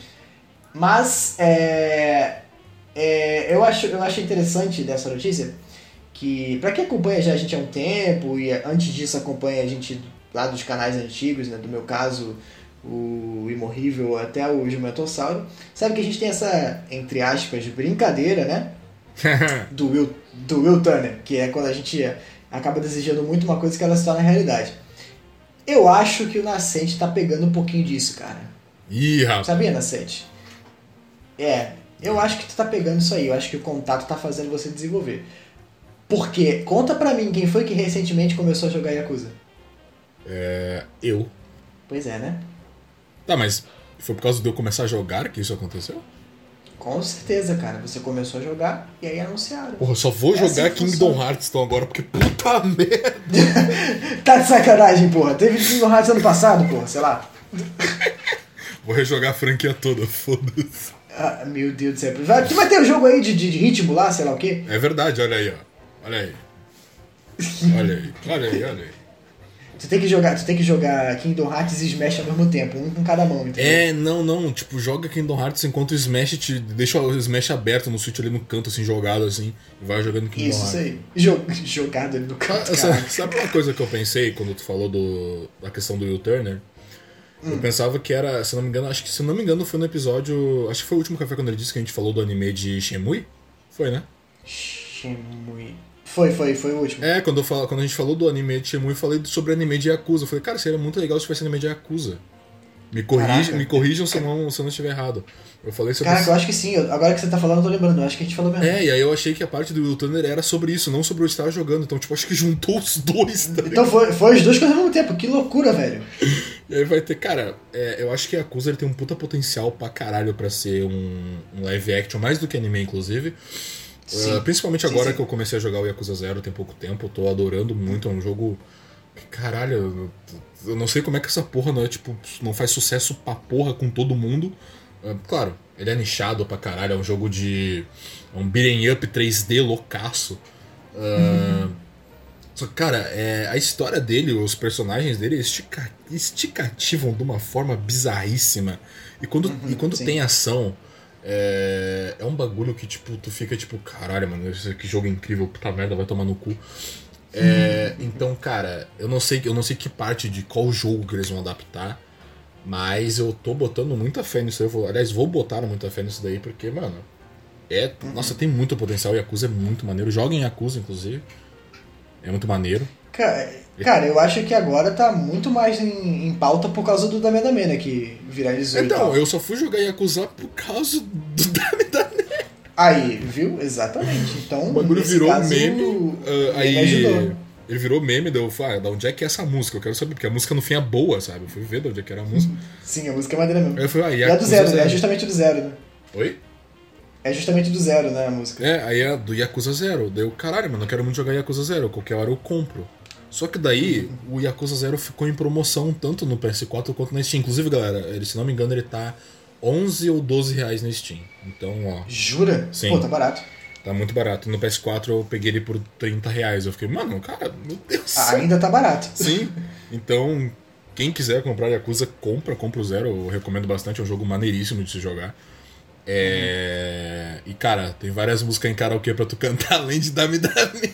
Mas é, é, eu, acho, eu acho interessante dessa notícia que, pra quem acompanha já a gente há um tempo e antes disso acompanha a gente lá dos canais antigos, né? Do meu caso, o Imorrível até o Gilmentossauro, sabe que a gente tem essa, entre aspas, brincadeira, né? do, Will, do Will Turner, que é quando a gente acaba desejando muito uma coisa que ela se torna realidade. Eu acho que o Nascente tá pegando um pouquinho disso, cara. Ih, rapaz. Sabia, Nascente? É, eu acho que tu tá pegando isso aí, eu acho que o contato tá fazendo você desenvolver. Porque, conta pra mim, quem foi que recentemente começou a jogar Yakuza? É... Eu. Pois é, né? Tá, mas foi por causa de eu começar a jogar que isso aconteceu? Com certeza, cara. Você começou a jogar e aí anunciaram. Porra, eu só vou É jogar assim que Kingdom funciona. Hearts então agora, porque puta merda. Tá de sacanagem, porra. Teve Kingdom Hearts ano passado, porra, sei lá. Vou rejogar a franquia toda, foda-se. Ah, meu Deus do céu. Vai, tu vai ter um jogo aí de, de, de ritmo lá, sei lá o quê? É verdade, olha aí, ó. Olha aí. Olha aí, olha aí, olha aí. Tu tem que jogar, tu tem que jogar Kingdom Hearts e Smash ao mesmo tempo, um com cada mão, entendeu? É, não, não, tipo, joga Kingdom Hearts enquanto o Smash te deixa o Smash aberto no Switch ali no canto, assim, jogado assim, e vai jogando Kingdom Isso, Hearts. isso aí. Jog, jogado ali no canto, Ah, cara. sabe, sabe uma coisa que eu pensei quando tu falou do, da questão do Will Turner? Hum. Eu pensava que era, se não me engano, acho que se não me engano foi no episódio. Acho que foi o último café quando ele disse que a gente falou do anime de Shenmue? Foi, né? Shenmue. Foi, foi, foi o último. É, quando, eu falo, quando a gente falou do anime de Shenmue, eu falei sobre anime de Yakuza. Eu falei, cara, seria muito legal se tivesse anime de Yakuza. Me, corrige, Caraca. me corrijam se eu, não, se eu não estiver errado. Eu falei sobre Caraca, isso. eu acho que sim. Eu- agora que você tá falando, eu tô lembrando. Eu acho que a gente falou mesmo. É, e aí eu achei que a parte do Will Turner era sobre isso, não sobre eu estar jogando. Então, tipo, acho que juntou os dois, tá ligado? Então foi, foi os dois coisas ao mesmo tempo. Que loucura, velho. E aí vai ter, cara, é, eu acho que a Yakuza ele tem um puta potencial pra caralho pra ser um, um live action, mais do que anime, inclusive. Sim. Uh, principalmente Sim, agora sim. que eu comecei a jogar o Yakuza Zero tem pouco tempo, eu tô adorando muito, é um jogo que, caralho, eu, eu não sei como é que essa porra não é, tipo, não faz sucesso pra porra com todo mundo. Uh, claro, ele é nichado pra caralho, é um jogo de... é um beat'em up três D loucaço. Uh, Só que, cara, é, a história dele, os personagens dele estica, esticativam de uma forma bizarríssima. E quando, Uhum, e quando sim. tem ação, É, é um bagulho que, tipo, tu fica tipo, caralho, mano, que jogo incrível, puta merda, vai tomar no cu. É, então, cara, eu não sei, eu não sei que parte de qual jogo que eles vão adaptar, mas eu tô botando muita fé nisso aí. Eu vou, aliás, vou botar muita fé nisso daí, porque, mano, é, nossa, tem muito potencial. O Yakuza é muito maneiro. Joguem Yakuza, inclusive. É muito maneiro. Cara, cara, eu acho que agora tá muito mais em, em pauta por causa do Dame Dame, né? Que viralizou Então, e tal. eu só fui jogar Yakuza por causa do Dame Dame. Aí, viu? Exatamente. Então, O bagulho nesse virou caso, meme. ele Uh, me aí ajudou. ele virou meme, daí eu falei, ah, da onde é que é essa música? Eu quero saber, porque a música no fim é boa, sabe? Eu fui ver de onde é que era a música. Sim, a música é maneira mesmo. Aí eu falei, ah, E é do Yakuza zero, Zero. né? É justamente do zero, né? Oi? É justamente do zero, né, a música. É, aí é do Yakuza Zero. Daí eu, caralho, mano, eu quero muito jogar Yakuza Zero. Qualquer hora eu compro. Só que daí, o Yakuza Zero ficou em promoção tanto no P S quatro quanto na Steam. Inclusive, galera, ele, se não me engano, ele tá onze ou doze reais na Steam. Então, ó, Jura? Sim. Pô, tá barato. tá muito barato. No P S quatro eu peguei ele por trinta reais. Eu fiquei, mano, cara, meu Deus. Ah, ainda tá barato. Sim. Então, quem quiser comprar Yakuza, compra, compra o Zero. Eu recomendo bastante, é um jogo maneiríssimo de se jogar. É... E, cara, tem várias músicas em karaokê pra tu cantar além de Dame Dame.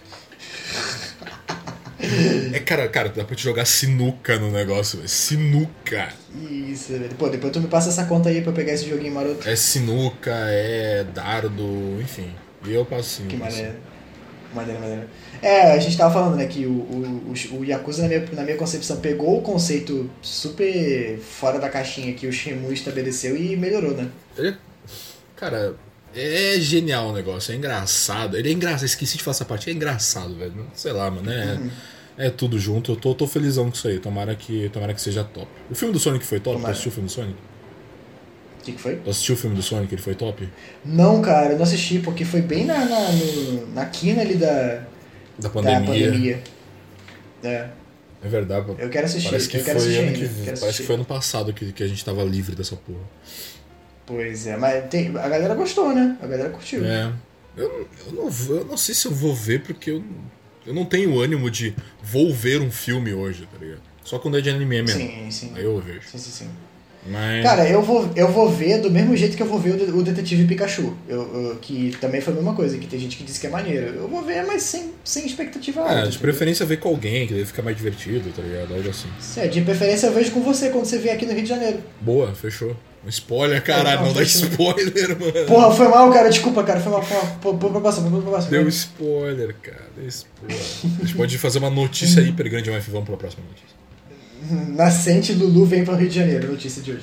É, cara, cara, dá pra te jogar sinuca no negócio, velho. Sinuca. Isso, velho. Pô, depois tu me passa essa conta aí pra eu pegar esse joguinho maroto. É sinuca, é dardo, enfim. E eu passo sim. Que maneiro. Maneiro, maneiro. É, a gente tava falando, né, que o, o, o, o Yakuza, na minha, na minha concepção, pegou o conceito super fora da caixinha que o Shenmue estabeleceu e melhorou, né? Ele, cara, é genial o negócio, é engraçado. Ele é engraçado, esqueci de falar essa parte, é engraçado, velho. Sei lá, mano, é, uhum. é tudo junto. Eu tô, tô felizão com isso aí, tomara que, tomara que seja top. O filme do Sonic foi top? Tomara. Tu assistiu o filme do Sonic? O que, que foi? Tu assistiu o filme do Sonic, ele foi top? Não, cara, eu não assisti, porque foi bem na, na, no, na quina ali da, da pandemia. Da pandemia. É. É verdade. Eu quero assistir. Parece que, eu quero foi, assistir ano ainda, que, quero parece assistir. que foi ano passado que, que a gente tava livre dessa porra. Pois é, mas tem, a galera gostou, né? A galera curtiu. É. Eu, eu, não, vou- eu não sei se eu vou ver, porque eu, eu não tenho ânimo de vou ver um filme hoje, tá ligado? Só quando é de anime mesmo. Sim, sim. Aí eu vejo. Sim, sim, sim. Mas. Cara, eu vou, eu vou ver do mesmo jeito que eu vou ver o, de- o Detetive Pikachu. Eu, eu- que também foi a mesma coisa, que tem gente que disse que é maneiro. Eu vou ver, mas sem, sem expectativa alta. É, de entendeu? preferência ver com alguém, que daí fica mais divertido, tá ligado? Algo assim. É, de preferência eu vejo com você quando você vier aqui no Rio de Janeiro. Boa, fechou. Um spoiler, caralho, Não, não dá fechou. spoiler, mano. Porra, foi mal, cara. Desculpa, cara. Foi mal. Foi mal. Pô, pô, pra próxima, pô, pra próxima. Deu spoiler, cara. Deu spoiler. A gente pode fazer uma notícia hiper grande, mas vamos pra próxima notícia. Nascente Lulu vem para o Rio de Janeiro, notícia de hoje.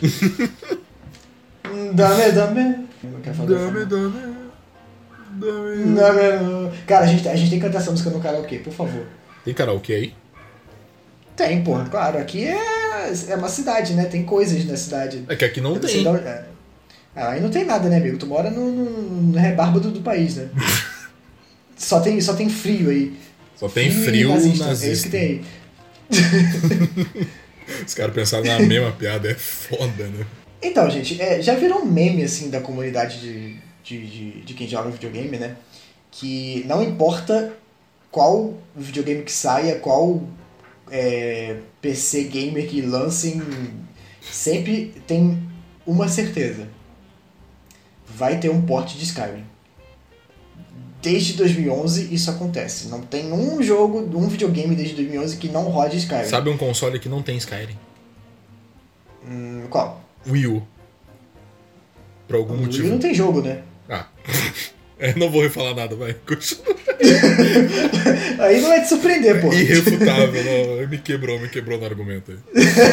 Dame, dame. Não quero falar Dame, dame. Dame. Dame. Cara, a gente, a gente tem que cantar essa música no karaokê, por favor. Tem karaokê aí? Tem, porra, claro. Aqui é, é uma cidade, né? Tem coisas na cidade. É que aqui não Eu tem. sei de onde- é. Ah, aí não tem nada, né, amigo? Tu mora no, no, no rebárbaro do, do país, né? só, tem, só tem frio aí. Só tem frio e nazista. nazista. É isso que tem aí. Os caras pensaram na mesma piada, é foda, né? Então, gente, é, já virou um meme, assim, da comunidade de, de, de, de quem joga videogame, né? Que não importa qual videogame que saia, qual é, P C gamer que lancem, sempre tem uma certeza. Vai ter um port de Skyrim. Desde dois mil e onze isso acontece. Não tem um jogo, um videogame desde dois mil e onze que não rode Skyrim. Sabe um console que não tem Skyrim? Hum, qual? Wii U. Por algum No Wii motivo. não tem jogo, né? Ah. É, não vou falar nada, vai. Continua. Aí não vai te surpreender, pô. Irrefutável, não. Me quebrou, me quebrou no argumento aí.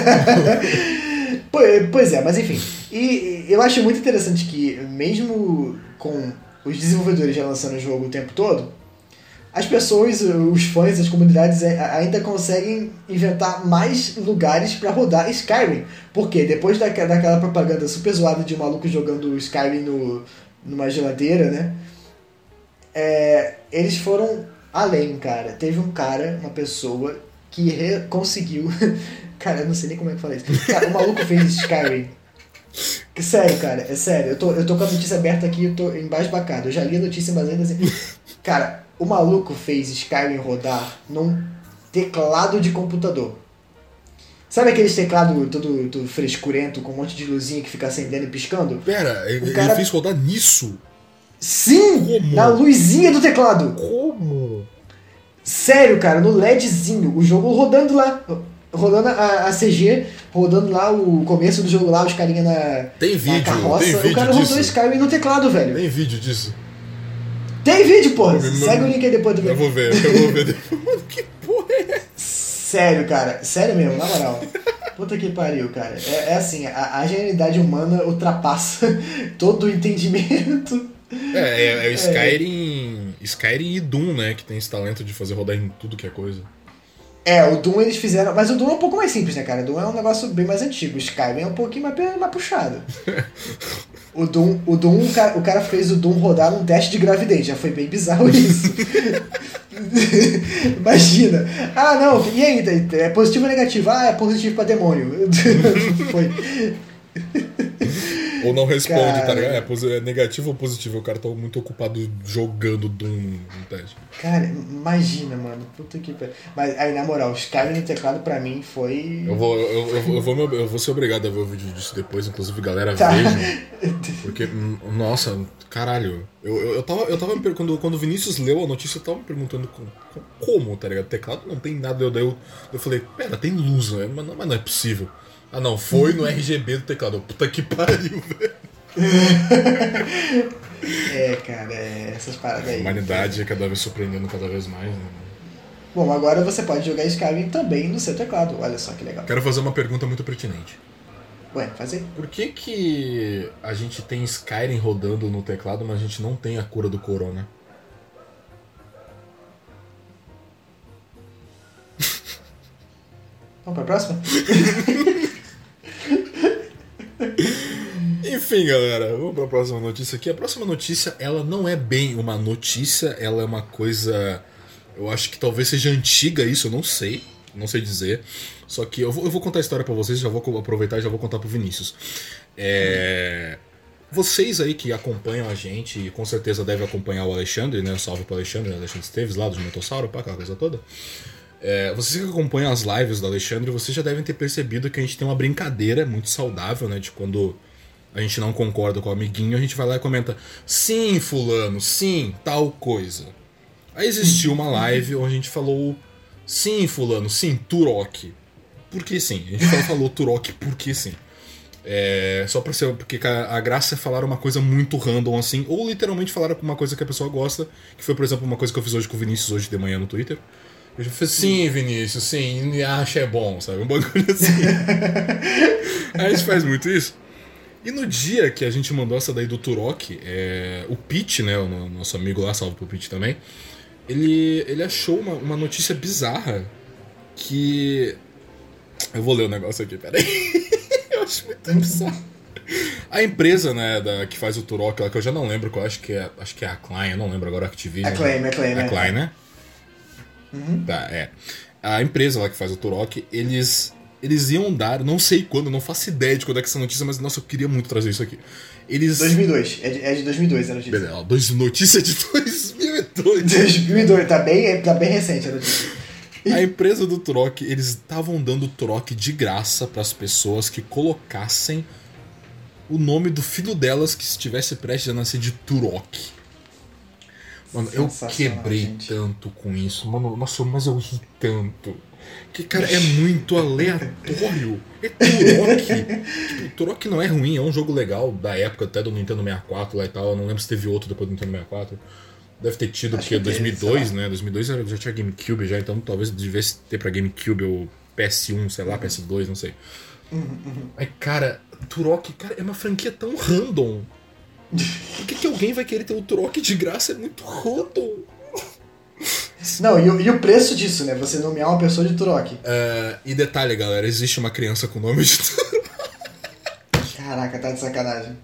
Pois pois é, mas enfim. E e eu acho muito interessante que, mesmo com os desenvolvedores já lançando o jogo o tempo todo, as pessoas, os fãs, as comunidades a- ainda conseguem inventar mais lugares pra rodar Skyrim. Por quê? Depois daquela, daquela propaganda super zoada de um maluco jogando Skyrim no, numa geladeira, né? É, eles foram além, cara. Teve um cara, uma pessoa, que re- conseguiu... Cara, eu não sei nem como é que fala isso. Cara, o maluco fez Skyrim. Que sério, cara, é sério. Eu tô, eu tô com a notícia aberta aqui, eu tô embasbacado. Eu já li a notícia, mas ainda assim... Cara, o maluco fez Skyrim rodar num teclado de computador. Sabe aqueles teclados todo, todo frescurento, com um monte de luzinha que fica acendendo e piscando? Pera, ele, cara... ele fez rodar nisso? Sim! Como? Na luzinha do teclado! Como? Sério, cara, no LEDzinho, o jogo rodando lá. Rodando a, a C G, rodando lá o começo do jogo lá, os carinha na, tem vídeo, na carroça. Tem vídeo o cara disso. rodou Skyrim no teclado, velho. Tem vídeo disso. Tem vídeo, porra. Meu, Segue meu... o link aí depois do Eu vou ver, eu vou ver depois. Mano, que porra é essa? Sério, cara. Sério mesmo, na moral. Puta que pariu, cara. É, é assim, a, a genialidade humana ultrapassa todo o entendimento. É, é, é o Skyrim, é. Skyrim e Doom, né? Que tem esse talento de fazer rodar em tudo que é coisa. É, o Doom eles fizeram... Mas o Doom é um pouco mais simples, né, cara? O Doom é um negócio bem mais antigo. O Skyrim é um pouquinho mais, mais puxado. O Doom, o, Doom o, cara, o cara fez o Doom rodar num teste de gravidez. Já foi bem bizarro isso. Imagina. Ah, não. E aí? É positivo ou negativo? Ah, é positivo pra demônio. Foi... Ou não responde, cara... tá ligado? É negativo ou positivo? O cara tá muito ocupado jogando Doom no teste. Cara, imagina, mano. Puta que pariu. Mas aí, na moral, o Skyrim no teclado pra mim foi... Eu vou, eu, eu, eu, vou, eu vou ser obrigado a ver o vídeo disso depois. Inclusive, galera, tá. vejam. Porque, nossa, caralho. Eu, eu, eu tava, eu tava me perguntando... Quando o Vinícius leu a notícia, eu tava me perguntando como, como tá ligado? O teclado não tem nada. Eu, eu, eu falei, pera, tem luz, né? Mas, não, mas não é possível. Ah, não, foi no R G B do teclado. Puta que pariu, velho. É, cara, é essas paradas aí. A humanidade é cada vez surpreendendo cada vez mais, né? Bom, agora você pode jogar Skyrim também no seu teclado. Olha só que legal. Quero fazer uma pergunta muito pertinente. Ué, faz aí. Por que que a gente tem Skyrim rodando no teclado, mas a gente não tem a cura do corona? Vamos pra próxima? Enfim, galera, vamos pra próxima notícia aqui. A próxima notícia, ela não é bem uma notícia, ela é uma coisa... Eu acho que talvez seja antiga isso, eu não sei. Não sei dizer. Só que eu vou, eu vou contar a história pra vocês, já vou aproveitar e já vou contar pro Vinícius. É... Vocês aí que acompanham a gente, e com certeza devem acompanhar o Alexandre, né? Salve pro Alexandre, né? Alexandre Esteves, lá do Dimentossauro, pá, aquela coisa toda. É, vocês que acompanham as lives do Alexandre, vocês já devem ter percebido que a gente tem uma brincadeira muito saudável, né? De quando a gente não concorda com o amiguinho, a gente vai lá e comenta: sim, fulano, sim, tal coisa. Aí existiu uma live onde a gente falou: sim, fulano, sim, Turok. Porque sim, a gente só falou Turok porque sim. É, só pra ser, porque a, a graça é falar uma coisa muito random assim, ou literalmente falar uma coisa que a pessoa gosta, que foi, por exemplo, uma coisa que eu fiz hoje com o Vinícius hoje de manhã no Twitter. Eu já falei, sim, Vinícius, sim, acha é bom, sabe? Um bagulho assim. A gente faz muito isso. E no dia que a gente mandou essa daí do Turok, é, o Pete, né, o nosso amigo lá, salve pro Pete também, ele, ele achou uma, uma notícia bizarra que... Eu vou ler o negócio aqui, peraí. Eu acho muito bizarro. A empresa, né, da, que faz o Turok, que eu já não lembro qual, acho que é, acho que é a Acclaim, eu não lembro agora, Activision. Acclaim, Acclaim, né? Acclaim, né? Uhum. Tá, é. A empresa lá que faz o Turok, eles, eles iam dar, não sei quando, não faço ideia de quando é que essa notícia, mas nossa, eu queria muito trazer isso aqui. Eles... dois mil e dois, é de, é de dois mil e dois a notícia. Beleza, ó, dois, notícia de dois mil e dois. dois mil e dois, tá bem, tá bem recente a notícia. A empresa do Turok, eles estavam dando Turok de graça para as pessoas que colocassem o nome do filho delas que estivesse prestes a nascer de Turok. Mano, eu quebrei gente. tanto com isso. Mano, nossa, mas eu ri tanto. Que, cara, é muito aleatório. É Turok. Tipo, Turok não é ruim, é um jogo legal da época até do Nintendo sessenta e quatro lá e tal. Eu não lembro se teve outro depois do Nintendo sessenta e quatro. Deve ter tido, acho porque dois mil e dois, né? dois mil e dois já tinha GameCube já, então talvez devesse ter pra GameCube ou P S um, sei lá, uhum. P S dois, não sei. Uhum, uhum. Mas, cara, Turok, cara, é uma franquia tão random. Por que, que alguém vai querer ter o Turok de graça? É muito random. Não, e o, e o preço disso, né? Você nomear uma pessoa de Turok. Uh, e detalhe, galera, existe uma criança com nome de Turok. Caraca, tá de sacanagem.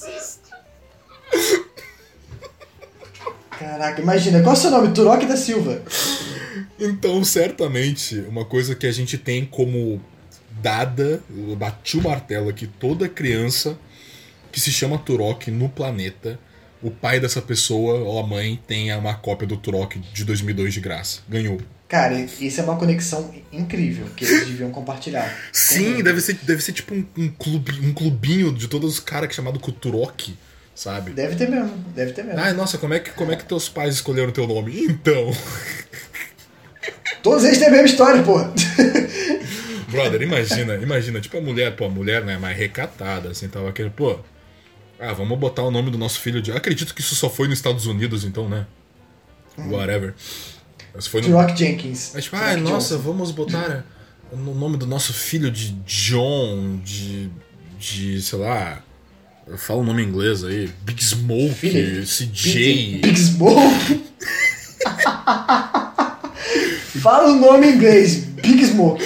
Caraca, imagina, qual é o seu nome? Turok da Silva. Então, certamente, uma coisa que a gente tem como dada, eu bati o martelo aqui, toda criança que se chama Turok no planeta, o pai dessa pessoa ou a mãe tem uma cópia do Turok de dois mil e dois de graça. Ganhou. Cara, isso é uma conexão incrível que eles deviam compartilhar. Sim, deve ser, deve ser tipo um, um, clube, um clubinho de todos os caras chamado Kuturok, sabe? Deve ter mesmo, deve ter mesmo. Ai, nossa, como é que, como é que teus pais escolheram teu nome? Então... Todos eles têm a mesma história, porra. Brother, imagina, imagina, tipo a mulher, pô, a mulher, né, mais recatada, assim, tava querendo, pô... Ah, vamos botar o nome do nosso filho de... Acredito que isso só foi nos Estados Unidos, então, né? Hum. Whatever. Mas foi no... Turok Jenkins. Mas, tipo, ah, nossa, Johnson. Vamos botar o nome do nosso filho de John, de... de, sei lá... Fala o nome em inglês aí. Big Smoke, Philip. C J... Big, Big Smoke? Fala o nome em inglês. Big Smoke.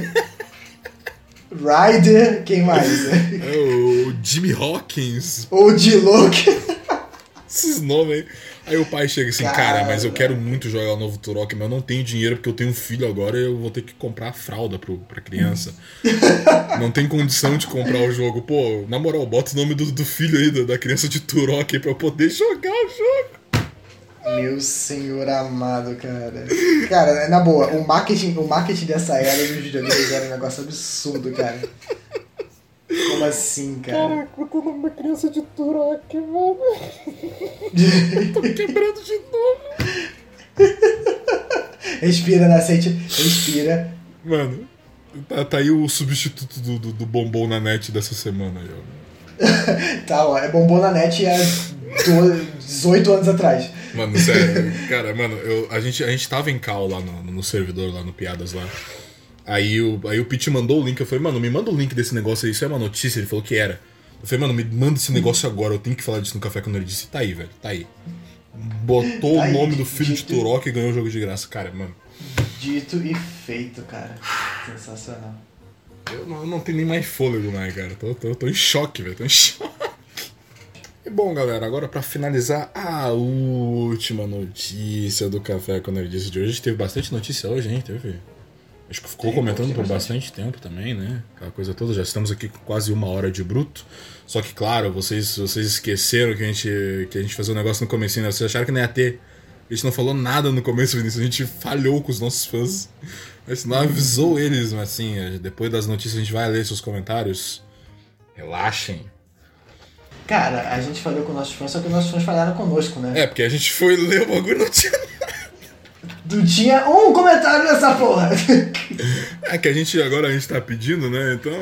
Ryder, quem mais? É o Jimmy Hawkins. Ou D-Look. Esses nomes aí. Aí o pai chega assim, cara, cara, mas eu quero muito jogar o novo Turok, mas eu não tenho dinheiro porque eu tenho um filho agora e eu vou ter que comprar a fralda pro, pra criança. Não tem condição de comprar o jogo. Pô, na moral, bota o nome do, do filho aí, da, da criança de Turok aí pra eu poder jogar o jogo. Meu senhor amado, cara. Cara, na boa, o marketing, o marketing dessa era dos videogames era um negócio absurdo, cara. Como assim, cara? Cara, qual o nome da criança de Turok, mano? Tô quebrando de novo. Respira, Nascente. Respira. Mano, tá, tá aí o substituto do, do, do Bombom na net dessa semana aí, ó. Tá, ó. É Bombom na net há dezoito anos atrás. Mano, sério. Cara, mano, eu, a, gente, a gente tava em call lá no, no servidor, lá no Piadas lá. Aí o, aí o Pete mandou o link, eu falei, mano, me manda o link desse negócio aí, isso é uma notícia? Ele falou que era. Eu falei, mano, me manda esse negócio agora, eu tenho que falar disso no Café quando ele disse. Tá aí, velho, tá aí. Botou tá o nome aí, do filho dito, de Turok e ganhou o jogo de graça, cara, mano. Dito e feito, cara. Sensacional. Eu não, eu não tenho nem mais fôlego mais, cara. Tô, tô, tô em choque, velho, tô em choque. E bom, galera, agora pra finalizar a última notícia do Café quando ele disse de hoje. A gente teve bastante notícia hoje, hein? Teve... Acho que ficou comentando por bastante tempo também, né? Aquela coisa toda. Já estamos aqui com quase uma hora de bruto. Só que, claro, vocês, vocês esqueceram que a gente, que a gente fazia um negócio no comecinho, né? Vocês acharam que não ia ter. A gente não falou nada no começo, Vinícius. A gente falhou com os nossos fãs. A gente não avisou eles, mas assim, depois das notícias a gente vai ler seus comentários. Relaxem. Cara, a gente falhou com nossos fãs, só que os nossos fãs falharam conosco, né? É, porque a gente foi ler o bagulho e não tinha nada. Não tinha um comentário nessa porra. É que a gente agora a gente tá pedindo, né? Então...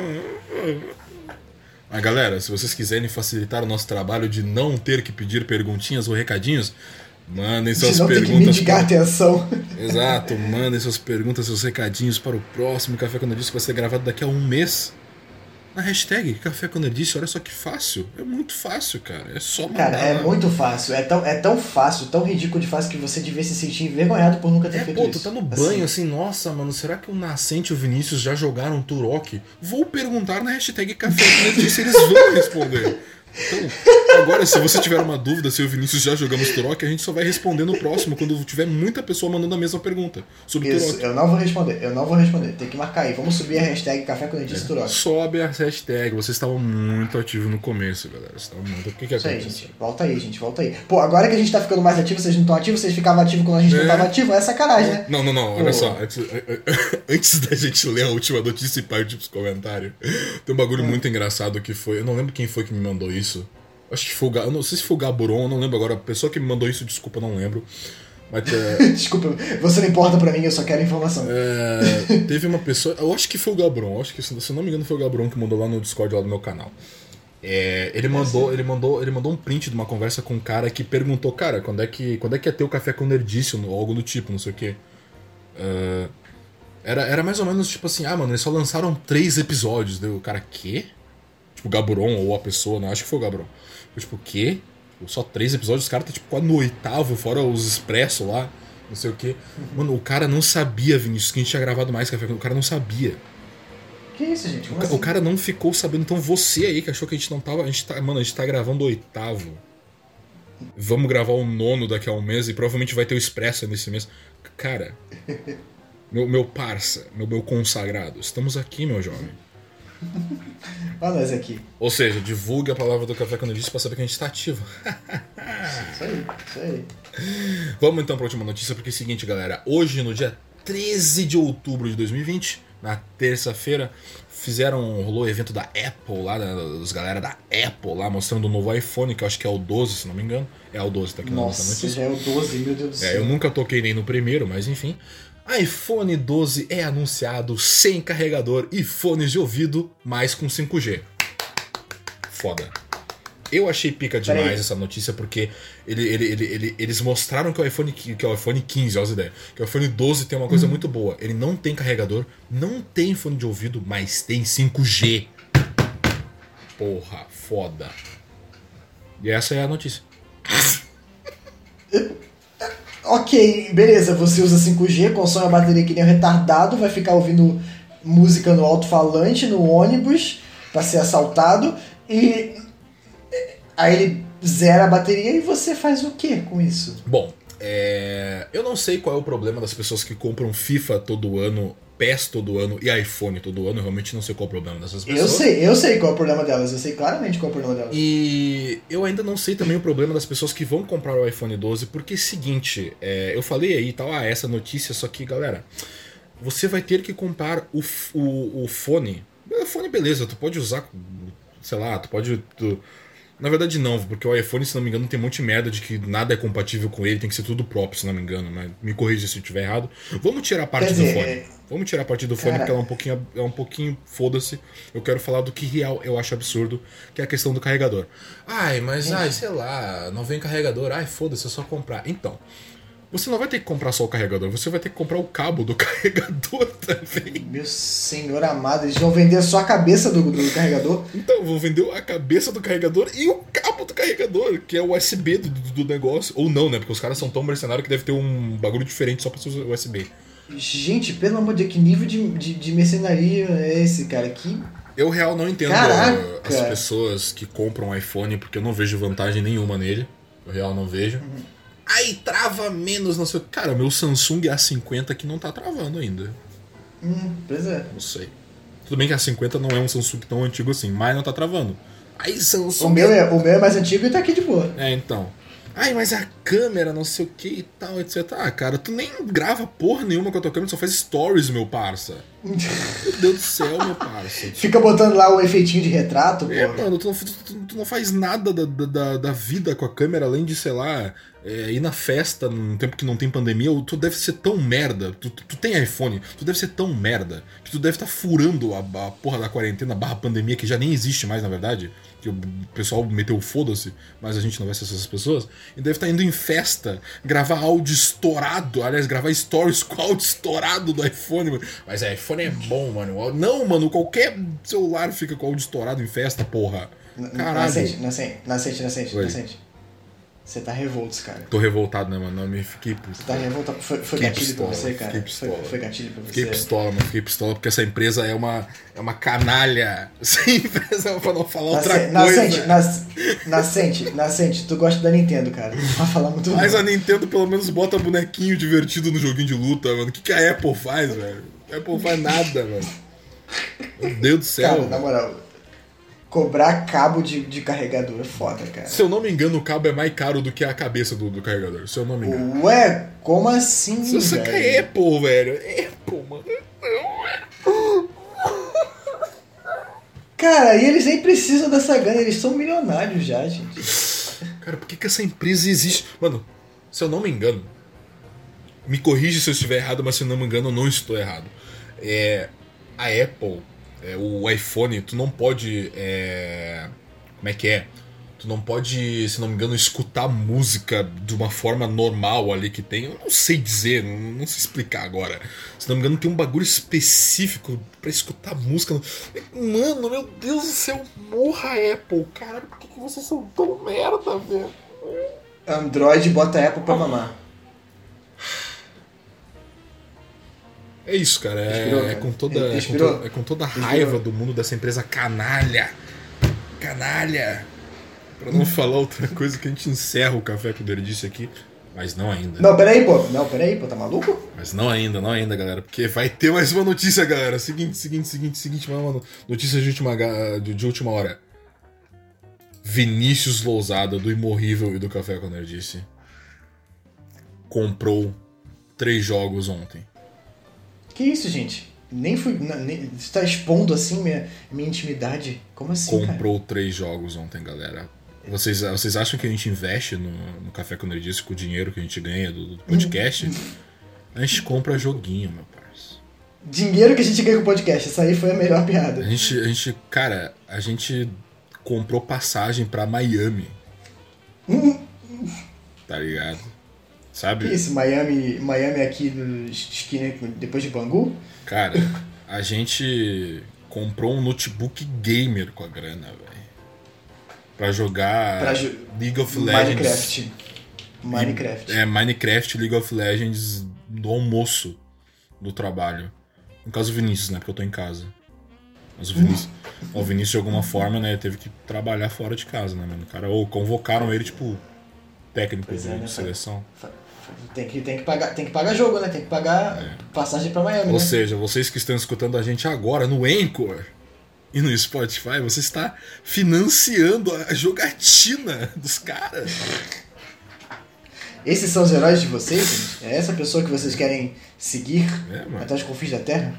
Mas galera, se vocês quiserem facilitar o nosso trabalho de não ter que pedir perguntinhas ou recadinhos, mandem suas de não perguntas. Ter que mendigar para... atenção. Exato, mandem suas perguntas, seus recadinhos para o próximo Café Quando Eu Disse, que vai ser gravado daqui a um mês. Na hashtag Café Quando Eu Disse, olha só que fácil. É muito fácil, cara. É só mandar. Cara, é muito fácil. É tão, é tão fácil, tão ridículo de fácil que você devia se sentir envergonhado por nunca ter é, feito pô, isso. Tu tá no banho assim, assim, nossa, mano, será que o Nascente e o Vinícius já jogaram Turok? Vou perguntar na hashtag Café Quando Eu Disse, eles vão responder. Então, agora, se você tiver uma dúvida se eu e o Vinícius já jogamos Turok, a gente só vai responder no próximo, quando tiver muita pessoa mandando a mesma pergunta sobre Isso, Turok. eu não vou responder, eu não vou responder. Tem que marcar aí. Vamos subir a hashtag Café Quando Eu Disse é, Turok. Sobe a hashtag. Vocês estavam muito ativos no começo, galera. Vocês estavam muito... O que que Isso aconteceu? aí, gente. Volta aí, gente. Volta aí. Pô, agora que a gente tá ficando mais ativo, vocês não estão ativos, vocês ficavam ativos quando a gente é. não tava ativo, é sacanagem, né? Não, não, não. Olha Pô. só. Antes, antes da gente ler a última notícia e partir pros comentários, tem um bagulho hum. muito engraçado que foi... Eu não lembro quem foi que me mandou isso. Acho que foi o... Eu não sei se foi o Gaburon, eu não lembro agora. A pessoa que me mandou isso, desculpa, eu não lembro. Mas, é... Desculpa, você não importa pra mim, eu só quero informação. É... Teve uma pessoa... Eu acho que foi o Gaburon. Acho que, se eu não me engano, foi o Gaburon que mandou lá no Discord, lá do meu canal. É... Ele, mandou, ele, mandou, ele mandou um print de uma conversa com um cara que perguntou, cara, quando é que, quando é que ia ter o Café com Nerdice ou algo do tipo, não sei o quê. Uh... Era, era mais ou menos tipo assim, ah, mano, eles só lançaram três episódios. Deu o cara, quê? Tipo, o Gaburon ou a pessoa, né? Acho que foi o Gaburon. Eu, tipo, o quê? Só três episódios, os caras tá tipo quase no oitavo, fora os expresso lá, não sei o quê. Mano, o cara não sabia, Vinícius, que a gente tinha gravado mais Café. O cara não sabia. Que isso, gente? Como o, assim? o cara não ficou sabendo. Então você aí que achou que a gente não tava. A gente tá, mano, a gente tá gravando o oitavo. Vamos gravar o nono daqui a um mês e provavelmente vai ter o expresso nesse mês. Cara, meu, meu parça, meu, meu consagrado, estamos aqui, meu jovem. Olha nós aqui. Ou seja, divulgue a palavra do Café Quando Eu Disse pra saber que a gente tá ativo. Isso aí, isso aí. Vamos então pra última notícia, porque é o seguinte, galera. Hoje, no dia treze de outubro de dois mil e vinte, na terça-feira, fizeram, rolou o evento da Apple lá, dos galera da Apple lá, mostrando o novo iPhone, que eu acho que é o doze, se não me engano. É o doze, tá aqui na nossa Nossa, notícia. já é o doze, meu Deus do céu. É, eu nunca toquei nem no primeiro, mas enfim. iPhone doze é anunciado sem carregador e fones de ouvido, mas com cinco G. Foda. Eu achei pica demais essa notícia porque ele, ele, ele, ele, eles mostraram que o iPhone, que o iPhone quinze, olha as ideias, que o iPhone doze tem uma coisa muito boa. Ele não tem carregador, não tem fone de ouvido, mas tem cinco G. Porra, foda. E essa é a notícia. Ok, beleza, você usa cinco G, consome a bateria que nem um retardado, vai ficar ouvindo música no alto-falante, no ônibus, pra ser assaltado, e aí ele zera a bateria e você faz o que com isso? Bom, é... eu não sei qual é o problema das pessoas que compram FIFA todo ano, P E S todo ano e iPhone todo ano. Eu realmente não sei qual é o problema dessas pessoas. Eu sei, eu sei qual é o problema delas, eu sei claramente qual é o problema delas. E eu ainda não sei também o problema das pessoas que vão comprar o iPhone doze, porque é o seguinte, é... eu falei aí e tal, ah, essa notícia, só que, galera, você vai ter que comprar o, o, o fone. O fone, beleza, tu pode usar, sei lá, tu pode... Tu... Na verdade não, porque o iPhone, se não me engano, tem um monte de merda de que nada é compatível com ele, tem que ser tudo próprio, se não me engano, mas me corrija se eu estiver errado. Vamos tirar a parte Quer do dizer, fone. é- Vamos tirar a parte do fone, Cara- porque ela é um pouquinho, é um pouquinho foda-se. Eu quero falar do que real eu acho absurdo, que é a questão do carregador. Ai, mas, Gente. ai, sei lá, não vem carregador, ai, foda-se, é só comprar. Então, você não vai ter que comprar só o carregador, você vai ter que comprar o cabo do carregador também. Meu senhor amado, eles vão vender só a cabeça do, do carregador? Então, eu vou vender a cabeça do carregador e o cabo do carregador, que é o U S B do, do negócio. Ou não, né? Porque os caras são tão mercenários que deve ter um bagulho diferente só pra ser U S B. Gente, pelo amor de Deus, que nível de, de, de mercenaria é esse, cara? Que... Eu, real, não entendo Caraca! as pessoas que compram um iPhone, porque eu não vejo vantagem nenhuma nele. Eu, real, não vejo. Uhum. Aí trava menos, não sei o que. Cara, meu Samsung A cinquenta que não tá travando ainda. Hum, pois é. Não sei. Tudo bem que a cinquenta não é um Samsung tão antigo assim, mas não tá travando. Aí Samsung... O meu, é, o meu é mais antigo e tá aqui de boa. É, então. Ai, mas a câmera, não sei o que e tal, etcétera. Ah, cara, tu nem grava porra nenhuma com a tua câmera, só faz stories, meu parça. Meu Deus do céu, meu parça. Fica botando lá o efeitinho de retrato, pô. É, mano, tu não, tu, tu não faz nada da, da, da vida com a câmera, além de, sei lá, é, ir na festa num tempo que não tem pandemia. Ou tu deve ser tão merda, tu, tu, tu tem iPhone, tu deve ser tão merda, que tu deve estar tá furando a, a porra da quarentena barra pandemia, que já nem existe mais, na verdade. Que o pessoal meteu foda-se, mas a gente não vai ser essas pessoas. E deve estar tá indo em festa, gravar áudio estourado, aliás, gravar stories com áudio estourado do iPhone. Mano. Mas é, iPhone é bom, mano. Não, mano, qualquer celular fica com áudio estourado em festa, porra. Caralho. Nascente, nascente, nascente, nascente, Oi. nascente. Você tá revolto, cara. Tô revoltado, né, mano? Não, me fiquei puto. Você tá revoltado. Foi, foi Fiquei gatilho pistola, pra você, cara? fiquei pistola. Foi, foi gatilho pra você. Fiquei pistola, mano. Fiquei pistola porque essa empresa é uma, é uma canalha. Essa empresa, pra não falar outra Nascente, coisa. nascente, nas, nascente, nascente, tu gosta da Nintendo, cara. Não vai falar muito Mas não. a Nintendo pelo menos bota bonequinho divertido no joguinho de luta, mano. O que, que a Apple faz, velho? A Apple faz nada, mano. Meu Deus do céu. Cara, na moral, cobrar cabo de, de carregador é foda, cara. Se eu não me engano, o cabo é mais caro do que a cabeça do, do carregador. Se eu não me engano. Ué, como assim, Se você velho? quer Apple, velho. Apple, mano. Cara, e eles nem precisam dessa grana, eles são milionários já, gente. Cara, por que, que essa empresa existe? Mano, se eu não me engano, me corrige se eu estiver errado, mas se eu não me engano, eu não estou errado. É, a Apple, é, o iPhone, tu não pode. É, como é que é? Tu não pode, se não me engano, escutar música de uma forma normal ali que tem. Eu não sei dizer, não, não sei explicar agora. Se não me engano, tem um bagulho específico pra escutar música. Mano, meu Deus do céu, morra Apple. Cara, por que, que vocês são tão merda, velho? Android bota Apple pra mamar. É isso, cara. É, Inspirou, é cara. com toda, é com, Inspirou? to- é com toda a Inspirou? raiva do mundo dessa empresa canalha. Canalha. Pra não falar outra coisa que a gente encerra o Café com o Nerdice aqui. Mas não ainda. Não, peraí, pô. Não, peraí, pô, tá maluco? Mas não ainda, não ainda, galera. Porque vai ter mais uma notícia, galera. Seguinte, seguinte, seguinte, seguinte. Uma notícia de última, ga- de, de última hora. Vinícius Lousada, do Imorrível e do Café com o Nerdice, comprou três jogos ontem. Que isso, gente? Nem fui. Não, nem, você tá expondo assim minha, minha intimidade? Como assim, Comprou cara? três jogos ontem, galera. Vocês, vocês acham que a gente investe no, no Café com Nerdice com o dinheiro que a gente ganha do, do podcast? A gente compra joguinho, meu parceiro. Dinheiro que a gente ganha com o podcast, essa aí foi a melhor piada. A gente, a gente, cara, a gente comprou passagem pra Miami. Tá ligado? Sabe? Que isso, Miami, Miami aqui no esquina depois de Bangu? Cara, a gente comprou um notebook gamer com a grana, velho. Pra jogar Pra jo- League of Legends. Minecraft. Minecraft. É, Minecraft League of Legends do almoço do trabalho. No caso o Vinícius, né? Porque eu tô em casa. Mas o Vinícius, o Vinícius de alguma forma, né, teve que trabalhar fora de casa, né, mano? O cara, ou convocaram ele, tipo, técnico Pois de, é, né, de seleção. Tem que, tem, que pagar, tem que pagar jogo, né? Tem que pagar É. passagem pra Miami, Ou né? seja, vocês que estão escutando a gente agora no Anchor e no Spotify, você está financiando a jogatina dos caras. Esses são os heróis de vocês, gente? É essa pessoa que vocês querem seguir É, mano. até os confins da Terra?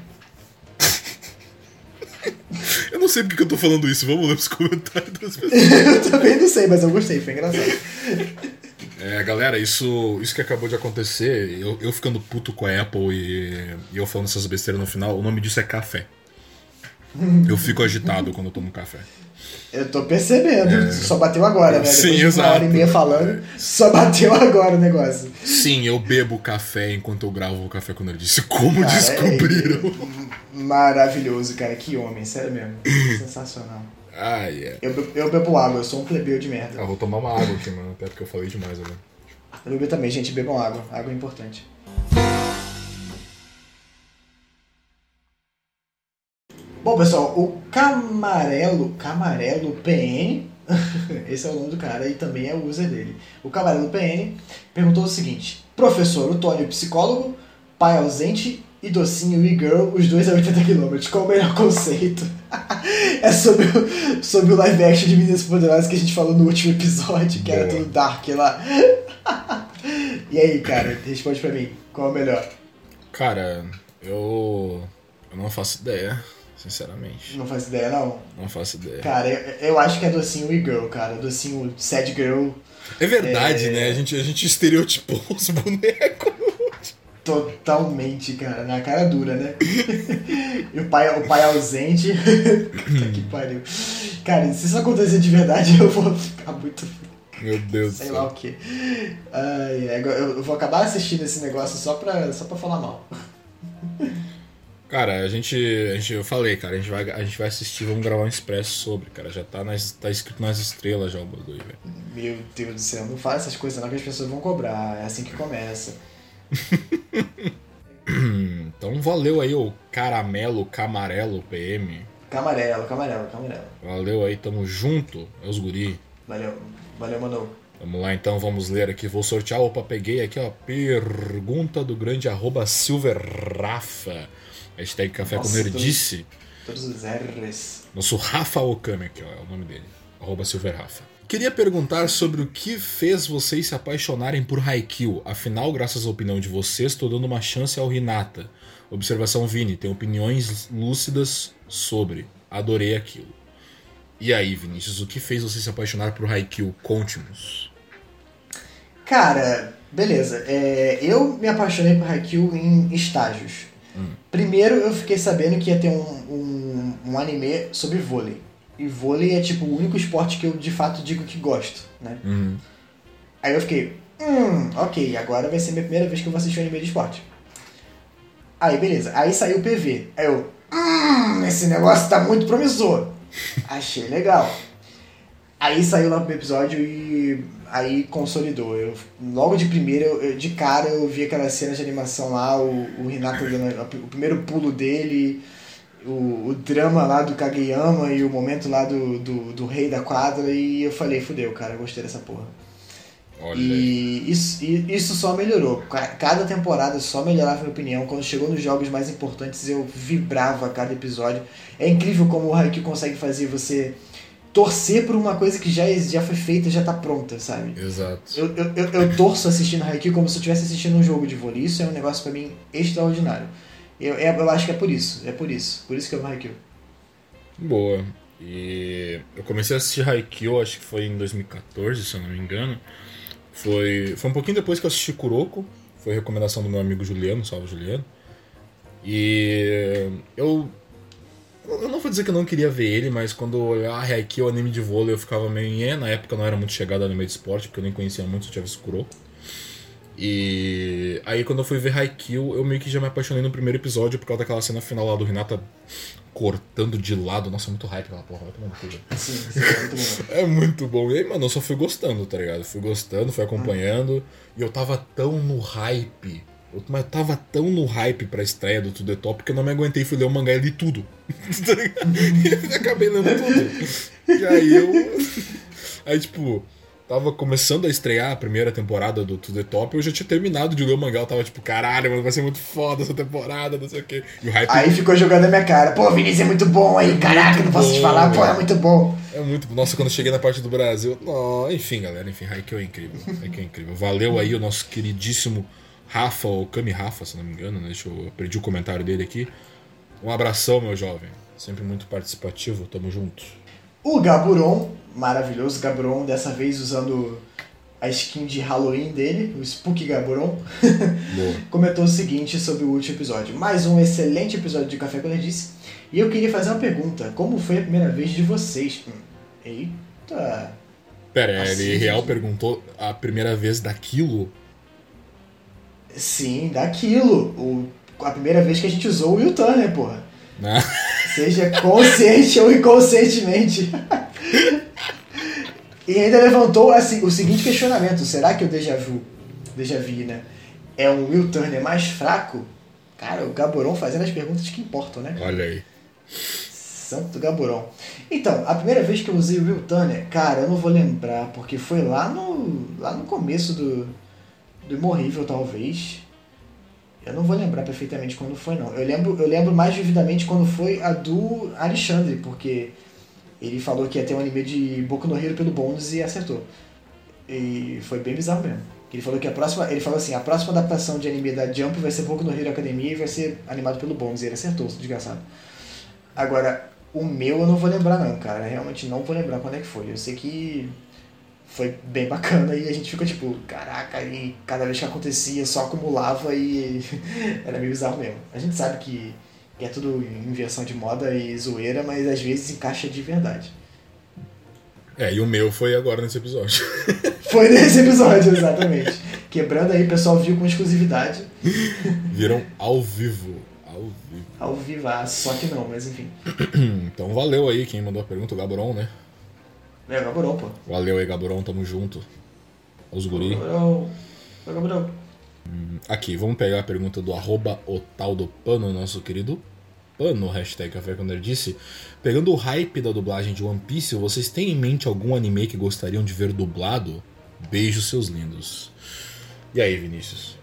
Eu não sei porque que eu tô falando isso, vamos ler os comentários das pessoas. Eu também não sei, mas eu gostei, foi engraçado. É, galera, isso, isso que acabou de acontecer, eu, eu ficando puto com a Apple e, e eu falando essas besteiras no final, o nome disso é café. Eu fico agitado quando eu tomo café. Eu tô percebendo, só bateu agora, né? Depois Sim, de uma exato. hora e meia falando, só bateu agora o negócio. Sim, eu bebo café enquanto eu gravo o Café com Nerdice. Como Cara, descobriram? é maravilhoso, cara. Que homem, sério mesmo. Sensacional. Ai, é. Eu, be- eu bebo água, eu sou um plebeu de merda. Ah, vou tomar uma água aqui, mano. Até porque eu falei demais agora. Eu bebo também, gente, bebam água. Água é importante. Bom, pessoal, o Camarelo, Camarelo P N, esse é o nome do cara e também é o user dele. O Camarelo P N perguntou o seguinte: professor, o Tony, psicólogo, pai ausente e docinho e girl, os dois a oitenta quilômetros. Qual o melhor conceito? É sobre o, sobre o live action de Meninas Poderosas que a gente falou no último episódio, que era Boa. tudo dark lá. E aí, cara, responde pra mim, qual é o melhor? Cara, eu. Eu não faço ideia, sinceramente. Não faz ideia, não? Não faço ideia. Cara, eu, eu acho que é docinho e girl, cara. Docinho sad girl. É verdade, É. né? A gente, a gente estereotipou os bonecos. Totalmente, cara. Na cara dura, né? E o pai, o pai ausente. Puta que pariu. Cara, se isso acontecer de verdade, eu vou ficar muito. Meu Deus do Sei céu. lá o quê. Ai, ai, eu eu vou acabar assistindo esse negócio só pra, só pra falar mal. Cara, a gente, a gente. Eu falei, cara, a gente, vai, a gente vai assistir, vamos gravar um expresso sobre, cara. Já tá, nas, tá escrito nas estrelas já o bagulho, velho. Meu Deus do céu, não fala essas coisas não que as pessoas vão cobrar. É assim que começa. Então valeu aí o Caramelo Camarelo P M. Camarelo, camarelo, camarelo. Valeu aí, tamo junto. É os guri. Valeu, valeu, mano. Vamos lá então, vamos ler aqui. Vou sortear. Opa, peguei aqui, ó. Pergunta do grande arroba Silverrafa. Hashtag Café com Nossa, Nerdice. Todos os R's. Nosso Rafa Okami aqui, ó. É o nome dele. Arroba Silverrafa. Queria perguntar sobre o que fez vocês se apaixonarem por Haikyuu. Afinal, graças à opinião de vocês, estou dando uma chance ao Hinata. Observação Vini, tem opiniões lúcidas sobre. Adorei aquilo. E aí, Vinícius, o que fez você se apaixonar por Haikyuu? Conte-nos. Cara, beleza. É, eu me apaixonei por Haikyuu em estágios. Hum. Primeiro, eu fiquei sabendo que ia ter um, um, um anime sobre vôlei. E vôlei é tipo o único esporte que eu de fato digo que gosto, né? Uhum. Aí eu fiquei, hum, ok, agora vai ser minha primeira vez que eu vou assistir um anime de esporte. Aí beleza, aí saiu o P V. Aí eu, hum, esse negócio tá muito promissor. Achei legal. Aí saiu lá pro episódio e aí consolidou. Eu, logo de primeira, eu, de cara, eu vi aquela cena de animação lá, o, o Hinata dando o primeiro pulo dele, o, o drama lá do Kageyama e o momento lá do, do, do rei da quadra, e eu falei, fudeu, cara, eu gostei dessa porra. Olha E isso, e isso só melhorou. Cada temporada só melhorava a minha opinião. Quando chegou nos jogos mais importantes, eu vibrava a cada episódio. É incrível como o Haikyuu consegue fazer você torcer por uma coisa que já, já foi feita, já tá pronta, sabe? Exato. Eu, eu, eu, eu torço assistindo Haikyuu como se eu estivesse assistindo um jogo de vôlei. Isso é um negócio pra mim extraordinário. Eu, eu acho que é por isso, é por isso. Por isso que eu amo Haikyuu. Boa. E eu comecei a assistir Haikyuu, acho que foi em dois mil e quatorze, se eu não me engano. Foi, foi um pouquinho depois que eu assisti Kuroko. Foi recomendação do meu amigo Juliano, salve Juliano. E eu... Eu não vou dizer que eu não queria ver ele, mas quando eu olhava Haikyuu, o anime de vôlei, eu ficava meio... É, na época eu não era muito chegado ao anime de esporte, porque eu nem conhecia muito, só tinha visto Kuroko. E aí quando eu fui ver Haikyuu, eu meio que já me apaixonei no primeiro episódio por causa daquela cena final lá do Hinata cortando de lado. Nossa, muito hype aquela porra, vai tomar no cu, velho. Sim, sim, é muito bom. É muito bom. E aí, mano, eu só fui gostando, tá ligado? Fui gostando, fui acompanhando. Hum. E eu tava tão no hype. Eu, mas eu tava tão no hype pra estreia do To The Top que eu não me aguentei, fui ler o mangá e li tudo. Tá ligado? E acabei lendo tudo. E aí eu... Aí, tipo... Tava começando a estrear a primeira temporada do To The Top, eu já tinha terminado de ler o mangá, eu tava tipo, caralho, mano, vai ser muito foda essa temporada, não sei o quê. E o hype... Aí ficou jogando na minha cara, pô, Vinícius é muito bom aí, é caraca, não posso bom, te falar, velho. Pô, é muito bom. É muito bom. Nossa, quando eu cheguei na parte do Brasil, não, enfim, galera, enfim, Haikyuu é incrível, Haikyuu é incrível. Valeu aí o nosso queridíssimo Rafa, ou Kami Rafa, se não me engano, né? Deixa eu, eu perdi o comentário dele aqui. Um abração, meu jovem, sempre muito participativo, tamo junto. O Gaburon, maravilhoso Gaburon, dessa vez usando a skin de Halloween dele, o Spooky Gaburon, comentou o seguinte sobre o último episódio. Mais um excelente episódio de Café com Nerdice. E eu queria fazer uma pergunta. Como foi a primeira vez de vocês? Hum, eita... Pera, assim, ele real perguntou a primeira vez daquilo? Sim, daquilo. O, a primeira vez que a gente usou o Will Turner, porra. Ah. Seja consciente ou inconscientemente. E ainda levantou assim, o seguinte questionamento. Será que o Déjà Vu, Déjà Vu, né, é um Will Turner mais fraco? Cara, o Gaburon fazendo as perguntas que importam, né? Olha aí. Santo Gaburon. Então, a primeira vez que eu usei o Will Turner, cara, eu não vou lembrar, porque foi lá no, lá no começo do, do Imorrível, talvez. Eu não vou lembrar perfeitamente quando foi, não. Eu lembro, eu lembro mais vividamente quando foi a do Alexandre, porque ele falou que ia ter um anime de Boku no Hero pelo Bones e acertou. E foi bem bizarro mesmo. Ele falou que a próxima, ele falou assim, a próxima adaptação de anime da Jump vai ser Boku no Hero Academia e vai ser animado pelo Bones. E ele acertou, desgraçado. Agora, o meu eu não vou lembrar não, cara. Realmente não vou lembrar quando é que foi. Eu sei que foi bem bacana e a gente ficou tipo, caraca, e cada vez que acontecia só acumulava e era meio bizarro mesmo. A gente sabe que, que é tudo inversão de moda e zoeira, mas às vezes encaixa de verdade. É, e o meu foi agora nesse episódio. Foi nesse episódio, exatamente. Quebrando aí, o pessoal viu com exclusividade. Viram ao vivo. Ao vivo. Ao vivaço, só que não, mas enfim. Então valeu aí quem mandou a pergunta, o Gaburon, né? É, o Gaburon, pô. Valeu aí, Gaburon, tamo junto. Os guri. Gaburon. O Gaburon. Aqui, vamos pegar a pergunta do arroba o tal do Pano, nosso querido Pano, hashtag Café com Nerdice. Pegando o hype da dublagem de One Piece, vocês têm em mente algum anime que gostariam de ver dublado? Beijos, seus lindos. E aí, Vinícius?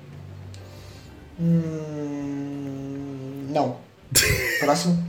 Hum, não. Próximo.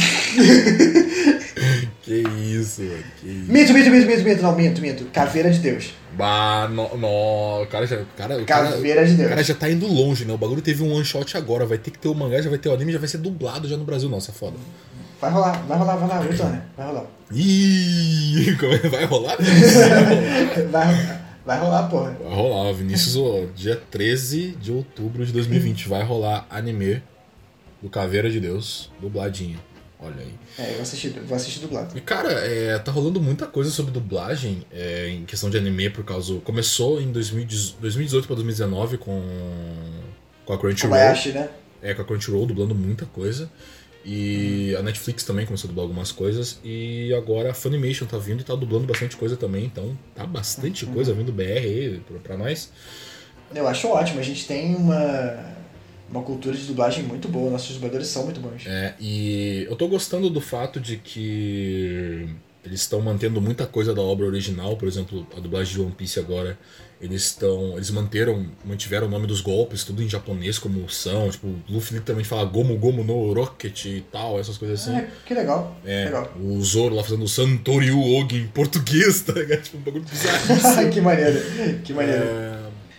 Que isso, mano. Que isso. Mito, mito, mito, mito, mito. Não, minto, minto. Caveira de Deus. Bah, no, no, o cara já, o cara, o Caveira cara, de Deus. O cara já tá indo longe, né? O bagulho teve um one shot agora. Vai ter que ter o mangá, já vai ter o anime, já vai ser dublado já no Brasil. Nossa, é foda. Vai rolar, vai rolar, vai rolar. Então, né? Vai rolar. Ih, como é que vai rolar? Vai rolar. Vai rolar, porra. Vai rolar, Vinícius, ó, dia treze de outubro de dois mil e vinte. Vai rolar anime do Caveira de Deus, dubladinho. Olha aí. É, eu vou assistir, vou assistir dublado. E, cara, é, tá rolando muita coisa sobre dublagem é, em questão de anime, por causa... Começou em dois mil e dezoito pra dois mil e dezenove com, com a Crunchyroll. Kobayashi, né? É, com a Crunchyroll dublando muita coisa. E hum. a Netflix também começou a dublar algumas coisas. E agora a Funimation tá vindo e tá dublando bastante coisa também. Então tá bastante hum. coisa vindo B R aí pra, pra nós. Eu acho ótimo. A gente tem uma... uma cultura de dublagem muito boa, nossos dubladores são muito bons. É, e eu tô gostando do fato de que eles estão mantendo muita coisa da obra original, por exemplo, a dublagem de One Piece agora, eles estão, eles manteram, mantiveram o nome dos golpes, tudo em japonês como são, tipo, o Luffy também fala Gomu Gomu no Rocket e tal, essas coisas assim. É, que legal, é, legal. O Zoro lá fazendo o Santoryu Ogi em português, tá ligado? Tipo, um bagulho bizarro. Que maneiro, que maneiro. É... O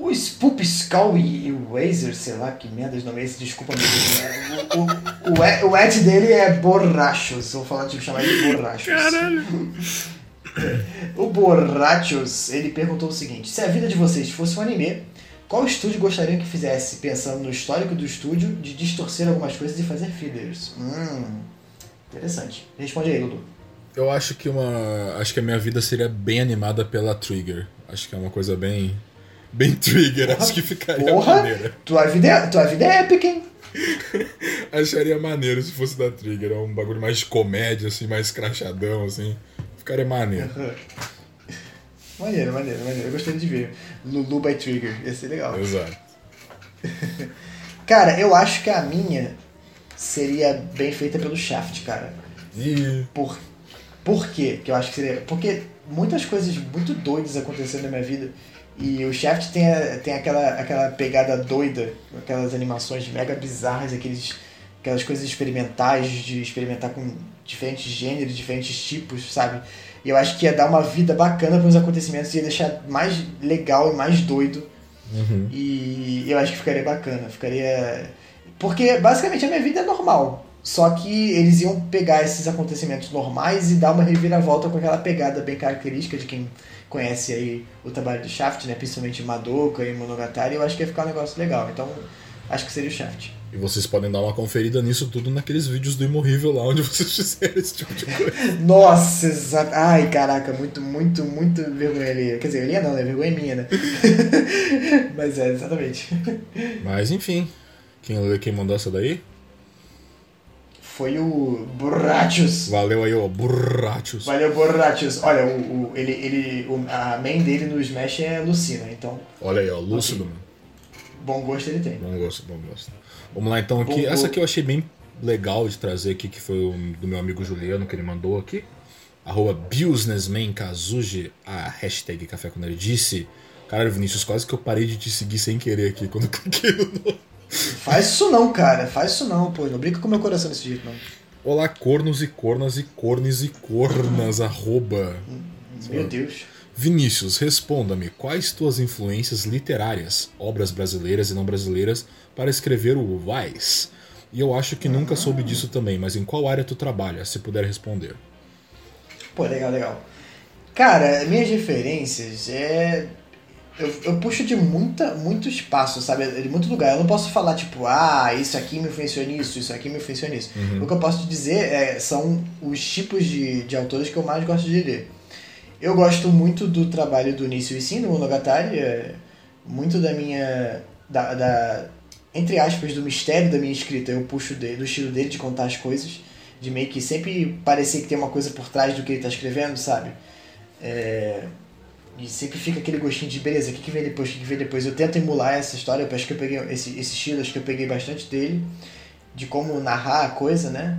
O Spoop Skull e o Wazer, sei lá que merda de nome é esse, desculpa me o, o, o, o ad dele é Borrachos, vou falar de chamar ele de Borrachos. Caralho! O Borrachos, ele perguntou o seguinte: se a vida de vocês fosse um anime, qual estúdio gostariam que fizesse, pensando no histórico do estúdio, de distorcer algumas coisas e fazer fillers? Hum, interessante. Responde aí, Dudu. Eu acho que uma. Acho que a minha vida seria bem animada pela Trigger. Acho que é uma coisa bem. Bem Trigger, porra, acho que ficaria porra, maneira. Tua vida, é, tua vida é épica, hein? Acharia maneiro se fosse da Trigger. É um bagulho mais de comédia, assim, mais crachadão, assim. Ficaria maneiro. Uhum. Maneiro, maneiro, maneiro. Eu gostaria de ver. Lulu by Trigger. Ia ser legal. Exato. Cara, eu acho que a minha seria bem feita pelo Shaft, cara. E... Por, por quê? Que eu acho que seria... Porque muitas coisas muito doidas aconteceram na minha vida. E o Shaft tem, a, tem aquela, aquela pegada doida, aquelas animações mega bizarras, aqueles, aquelas coisas experimentais, de experimentar com diferentes gêneros, diferentes tipos, sabe? E eu acho que ia dar uma vida bacana para os acontecimentos, ia deixar mais legal e mais doido. Uhum. E eu acho que ficaria bacana, ficaria... Porque basicamente a minha vida é normal, só que eles iam pegar esses acontecimentos normais e dar uma reviravolta com aquela pegada bem característica de quem conhece aí o trabalho do Shaft, né? Principalmente Madoka e Monogatari. Eu acho que ia ficar um negócio legal, então acho que seria o Shaft. E vocês podem dar uma conferida nisso tudo naqueles vídeos do Imorrível lá onde vocês fizeram esse tipo de coisa. Nossa, exato. Ai, caraca, muito, muito, muito vergonha ali. Quer dizer, ali não, né? Vergonha minha, né? Mas é, exatamente. Mas enfim, quem, quem mandou essa daí? Foi o Borrachos. Valeu aí, ó, Borrachos. Valeu, Borrachos. Olha, o, o, ele, ele, o, a main dele no Smash é Lucina, então... Olha aí, ó, lúcido, okay. Mano. Bom gosto ele tem. Bom gosto, bom gosto. Vamos lá, então, aqui. Bom, essa aqui eu achei bem legal de trazer aqui, que foi o, do meu amigo Juliano, que ele mandou aqui. Arroba BusinessmanKazuji, a hashtag Café com Nerd, disse... Caralho, Vinícius, quase que eu parei de te seguir sem querer aqui, quando eu cliquei no nome. Faz isso não, cara. Faz isso não, pô. Não brinca com meu coração desse jeito, não. Olá, cornos e cornas e cornes e cornas, arroba. Meu Deus. Vinícius, responda-me. Quais tuas influências literárias, obras brasileiras e não brasileiras, para escrever o Vice? E eu acho que uhum. nunca soube disso também, mas em qual área tu trabalha, se puder responder? Pô, legal, legal. Cara, minhas referências é... Eu, eu puxo de muita, muito espaço, sabe? De muito lugar. Eu não posso falar, tipo, ah, isso aqui me influenciou nisso, isso aqui me influenciou nisso. Uhum. O que eu posso te dizer é, são os tipos de, de autores que eu mais gosto de ler. Eu gosto muito do trabalho do Nisio Isin, do Monogatari. É, muito da minha... Da, da, entre aspas, do mistério da minha escrita, eu puxo de, do estilo dele de contar as coisas. De meio que sempre parecer que tem uma coisa por trás do que ele tá escrevendo, sabe? É... E sempre fica aquele gostinho de, beleza, o que, que vem depois, o que, que vem depois. Eu tento emular essa história, eu acho que eu peguei esse, esse estilo, acho que eu peguei bastante dele, de como narrar a coisa, né?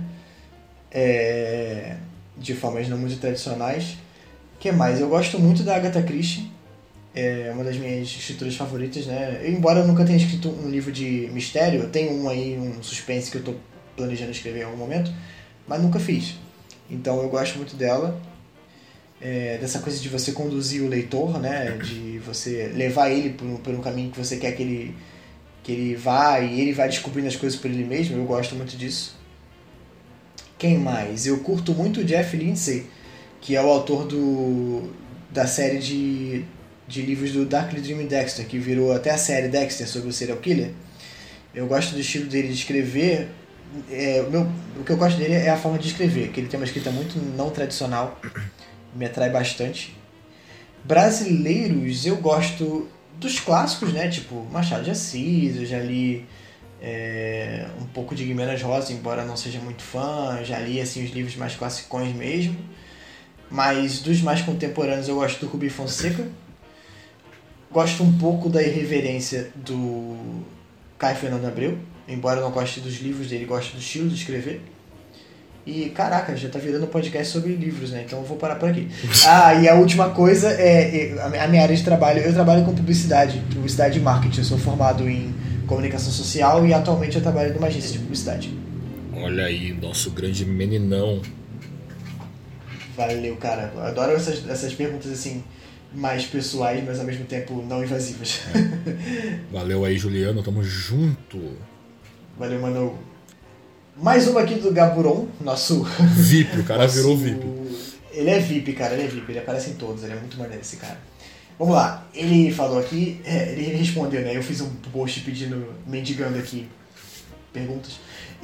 É, de formas não muito tradicionais. O que mais? Eu gosto muito da Agatha Christie, é uma das minhas escritoras favoritas, né? Eu, embora eu nunca tenha escrito um livro de mistério, eu tenho um aí, um suspense que eu tô planejando escrever em algum momento, mas nunca fiz. Então eu gosto muito dela. É, dessa coisa de você conduzir o leitor, né? De você levar ele por um, por um caminho que você quer que ele, que ele vá e ele vai descobrindo as coisas por ele mesmo. Eu gosto muito disso. Quem mais? Eu curto muito o Jeff Lindsay, que é o autor do, da série de, de livros do Darkly Dreaming Dexter, que virou até a série Dexter sobre o serial killer. Eu gosto do estilo dele de escrever. É, o, meu, o que eu gosto dele é a forma de escrever, que ele tem uma escrita muito não tradicional. Me atrai bastante. Brasileiros, eu gosto dos clássicos, né? Tipo Machado de Assis, eu já li é, um pouco de Guimarães Rosa, embora não seja muito fã. Já li assim, os livros mais classicões mesmo. Mas dos mais contemporâneos eu gosto do Rubem Fonseca. Gosto um pouco da irreverência do Caio Fernando Abreu. Embora eu não goste dos livros dele, gosto do estilo de escrever. E, caraca, já tá virando um podcast sobre livros, né? Então eu vou parar por aqui. Ah, e a última coisa é a minha área de trabalho. Eu trabalho com publicidade, publicidade e marketing. Eu sou formado em comunicação social e atualmente eu trabalho numa agência de publicidade. Olha aí, nosso grande meninão. Valeu, cara. Eu adoro essas, essas perguntas assim, mais pessoais, mas ao mesmo tempo não invasivas. É. Valeu aí, Juliano, tamo junto. Valeu, mano. Mais uma aqui do Gaburon, nosso... V I P, o cara nosso... virou V I P. Ele é V I P, cara, ele é V I P, ele aparece em todos, ele é muito maneiro esse cara. Vamos lá, ele falou aqui, é, ele respondeu, né? Eu fiz um post pedindo, mendigando aqui perguntas. E,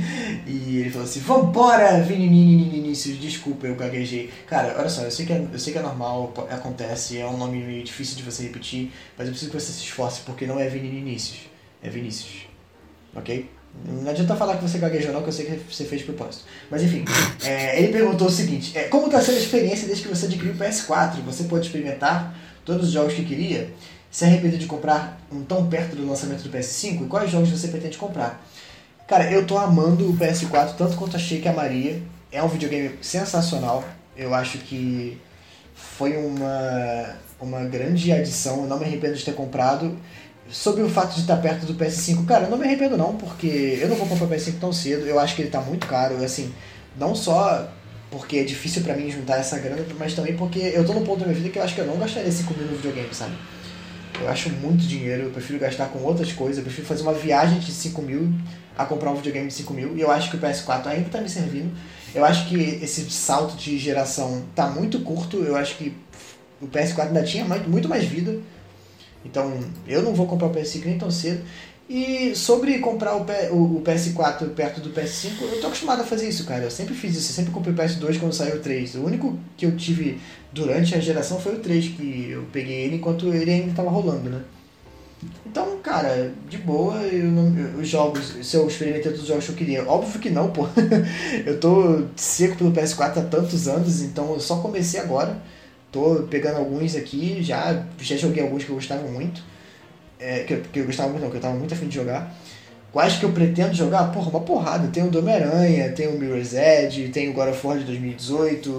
e ele falou assim: vambora, Vinícius, desculpa, eu gaguejei. Cara, olha só, eu sei, que é, eu sei que é normal, acontece, é um nome meio difícil de você repetir, mas eu preciso que você se esforce, porque não é Vinícius, é Vinícius. Ok? Não adianta falar que você gaguejou não, que eu sei que você fez de propósito. Mas enfim, é, ele perguntou o seguinte: é, como está sendo a experiência desde que você adquiriu o P S quatro? Você pôde experimentar todos os jogos que queria? Se arrependeu de comprar um tão perto do lançamento do P S cinco? E quais jogos você pretende comprar? Cara, eu tô amando o P S quatro tanto quanto achei que amaria. É um videogame sensacional. Eu acho que foi uma, uma grande adição. Eu não me arrependo de ter comprado. Sobre o fato de estar perto do P S cinco, cara, eu não me arrependo não, porque eu não vou comprar o P S cinco tão cedo. Eu acho que ele tá muito caro, assim, não só porque é difícil pra mim juntar essa grana, mas também porque eu tô num ponto da minha vida que eu acho que eu não gastaria cinco mil no videogame, sabe? Eu acho muito dinheiro, eu prefiro gastar com outras coisas, eu prefiro fazer uma viagem de cinco mil a comprar um videogame de cinco mil, e eu acho que o P S quatro ainda tá me servindo. Eu acho que esse salto de geração tá muito curto, eu acho que o P S quatro ainda tinha muito mais vida, então eu não vou comprar o P S cinco nem tão cedo. E sobre comprar o, P, o, o P S quatro perto do P S cinco, eu tô acostumado a fazer isso, cara. Eu sempre fiz isso, eu sempre comprei o P S dois quando saiu o três. O único que eu tive durante a geração foi o três, que eu peguei ele enquanto ele ainda tava rolando, né? Então, cara, de boa, eu não, eu, os jogos, se eu experimentei todos os jogos que eu queria, óbvio que não, pô. Eu tô seco pelo P S quatro há tantos anos, então eu só comecei agora. Tô pegando alguns aqui, já, já joguei alguns que eu gostava muito. É, que, que eu gostava muito não, que eu tava muito afim de jogar. Quais que eu pretendo jogar? Porra, uma porrada. Tem o do Homem-Aranha, tem o Mirror's Edge, tem o God of War de dois mil e dezoito.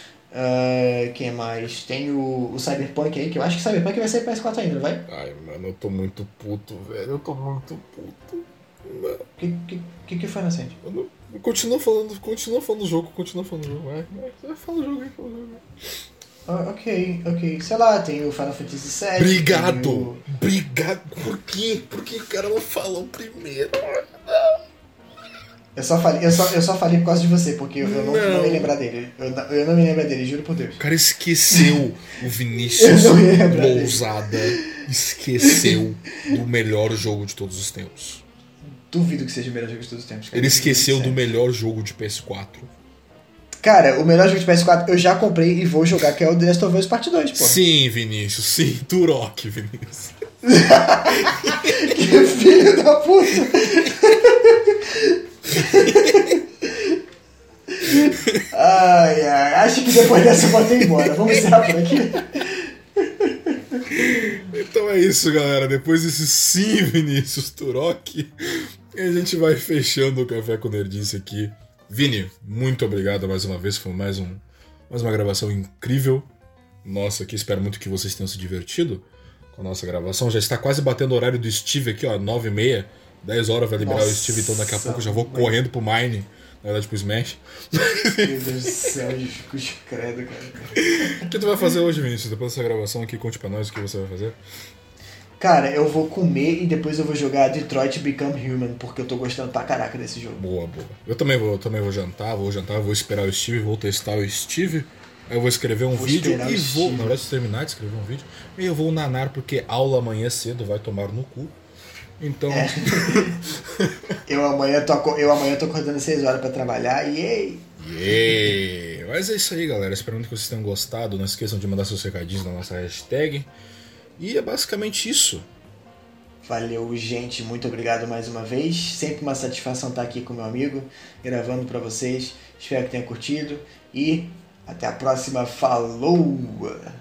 Uh, quem mais? Tem o, o Cyberpunk aí, que eu acho que Cyberpunk vai sair P S quatro ainda, não vai? Ai, mano, eu tô muito puto, velho. Eu tô muito puto. O que, que, que que foi, Nascente? Continua falando, continua falando do jogo, continua falando do jogo. Vai, vai, fala o jogo aí, fala o jogo aí. Uh, ok, ok. Sei lá, tem o Final Fantasy sete. Obrigado! O... Obrigado! Por quê? Por que o cara não falou primeiro? Eu só falei, eu só, eu só falei por causa de você, porque eu, eu não, não. não me lembrar dele. Eu, eu não me lembro dele, juro por Deus. O cara esqueceu o Vinícius Lousada. Esqueceu do melhor jogo de todos os tempos. Duvido que seja o melhor jogo de todos os tempos. Cara. Ele esqueceu do melhor jogo de P S quatro. Cara, o melhor jogo de P S quatro eu já comprei e vou jogar, que é o The Last of Us Part dois, pô. Sim, Vinícius, sim. Turok, Vinícius. Que filho da puta! Ai, ai, acho que depois dessa eu vou até embora. Vamos encerrar por aqui. Então é isso, galera. Depois desse sim, Vinícius Turok, a gente vai fechando o Café com Nerdice aqui. Vini, muito obrigado mais uma vez, foi mais, um, mais uma gravação incrível. Nossa, aqui espero muito que vocês tenham se divertido com a nossa gravação. Já está quase batendo o horário do Steve aqui, ó, nove e meia, dez horas vai liberar nossa, o Steve, então daqui a pouco eu já vou mãe. correndo pro Mine, na verdade pro Smash. Meu Deus do céu, eu credo, cara. O que tu vai fazer hoje, Vinícius? Depois dessa gravação aqui, conte pra nós o que você vai fazer. Cara, eu vou comer e depois eu vou jogar Detroit Become Human, porque eu tô gostando pra caraca desse jogo. Boa, boa. Eu também vou, eu também vou jantar, vou jantar, vou esperar o Steve, vou testar o Steve. Aí eu vou escrever um vou vídeo e vou, Steve. na verdade, se terminar de escrever um vídeo, e eu vou nanar porque aula amanhã cedo vai tomar no cu. Então... É. eu, amanhã tô, eu amanhã tô acordando às seis horas pra trabalhar, e yeah. Mas é isso aí, galera. Esperando que vocês tenham gostado. Não esqueçam de mandar seus recadinhos na nossa hashtag. E é basicamente isso. Valeu, gente. Muito obrigado mais uma vez. Sempre uma satisfação estar aqui com meu amigo, gravando pra vocês. Espero que tenham curtido. E até a próxima. Falou!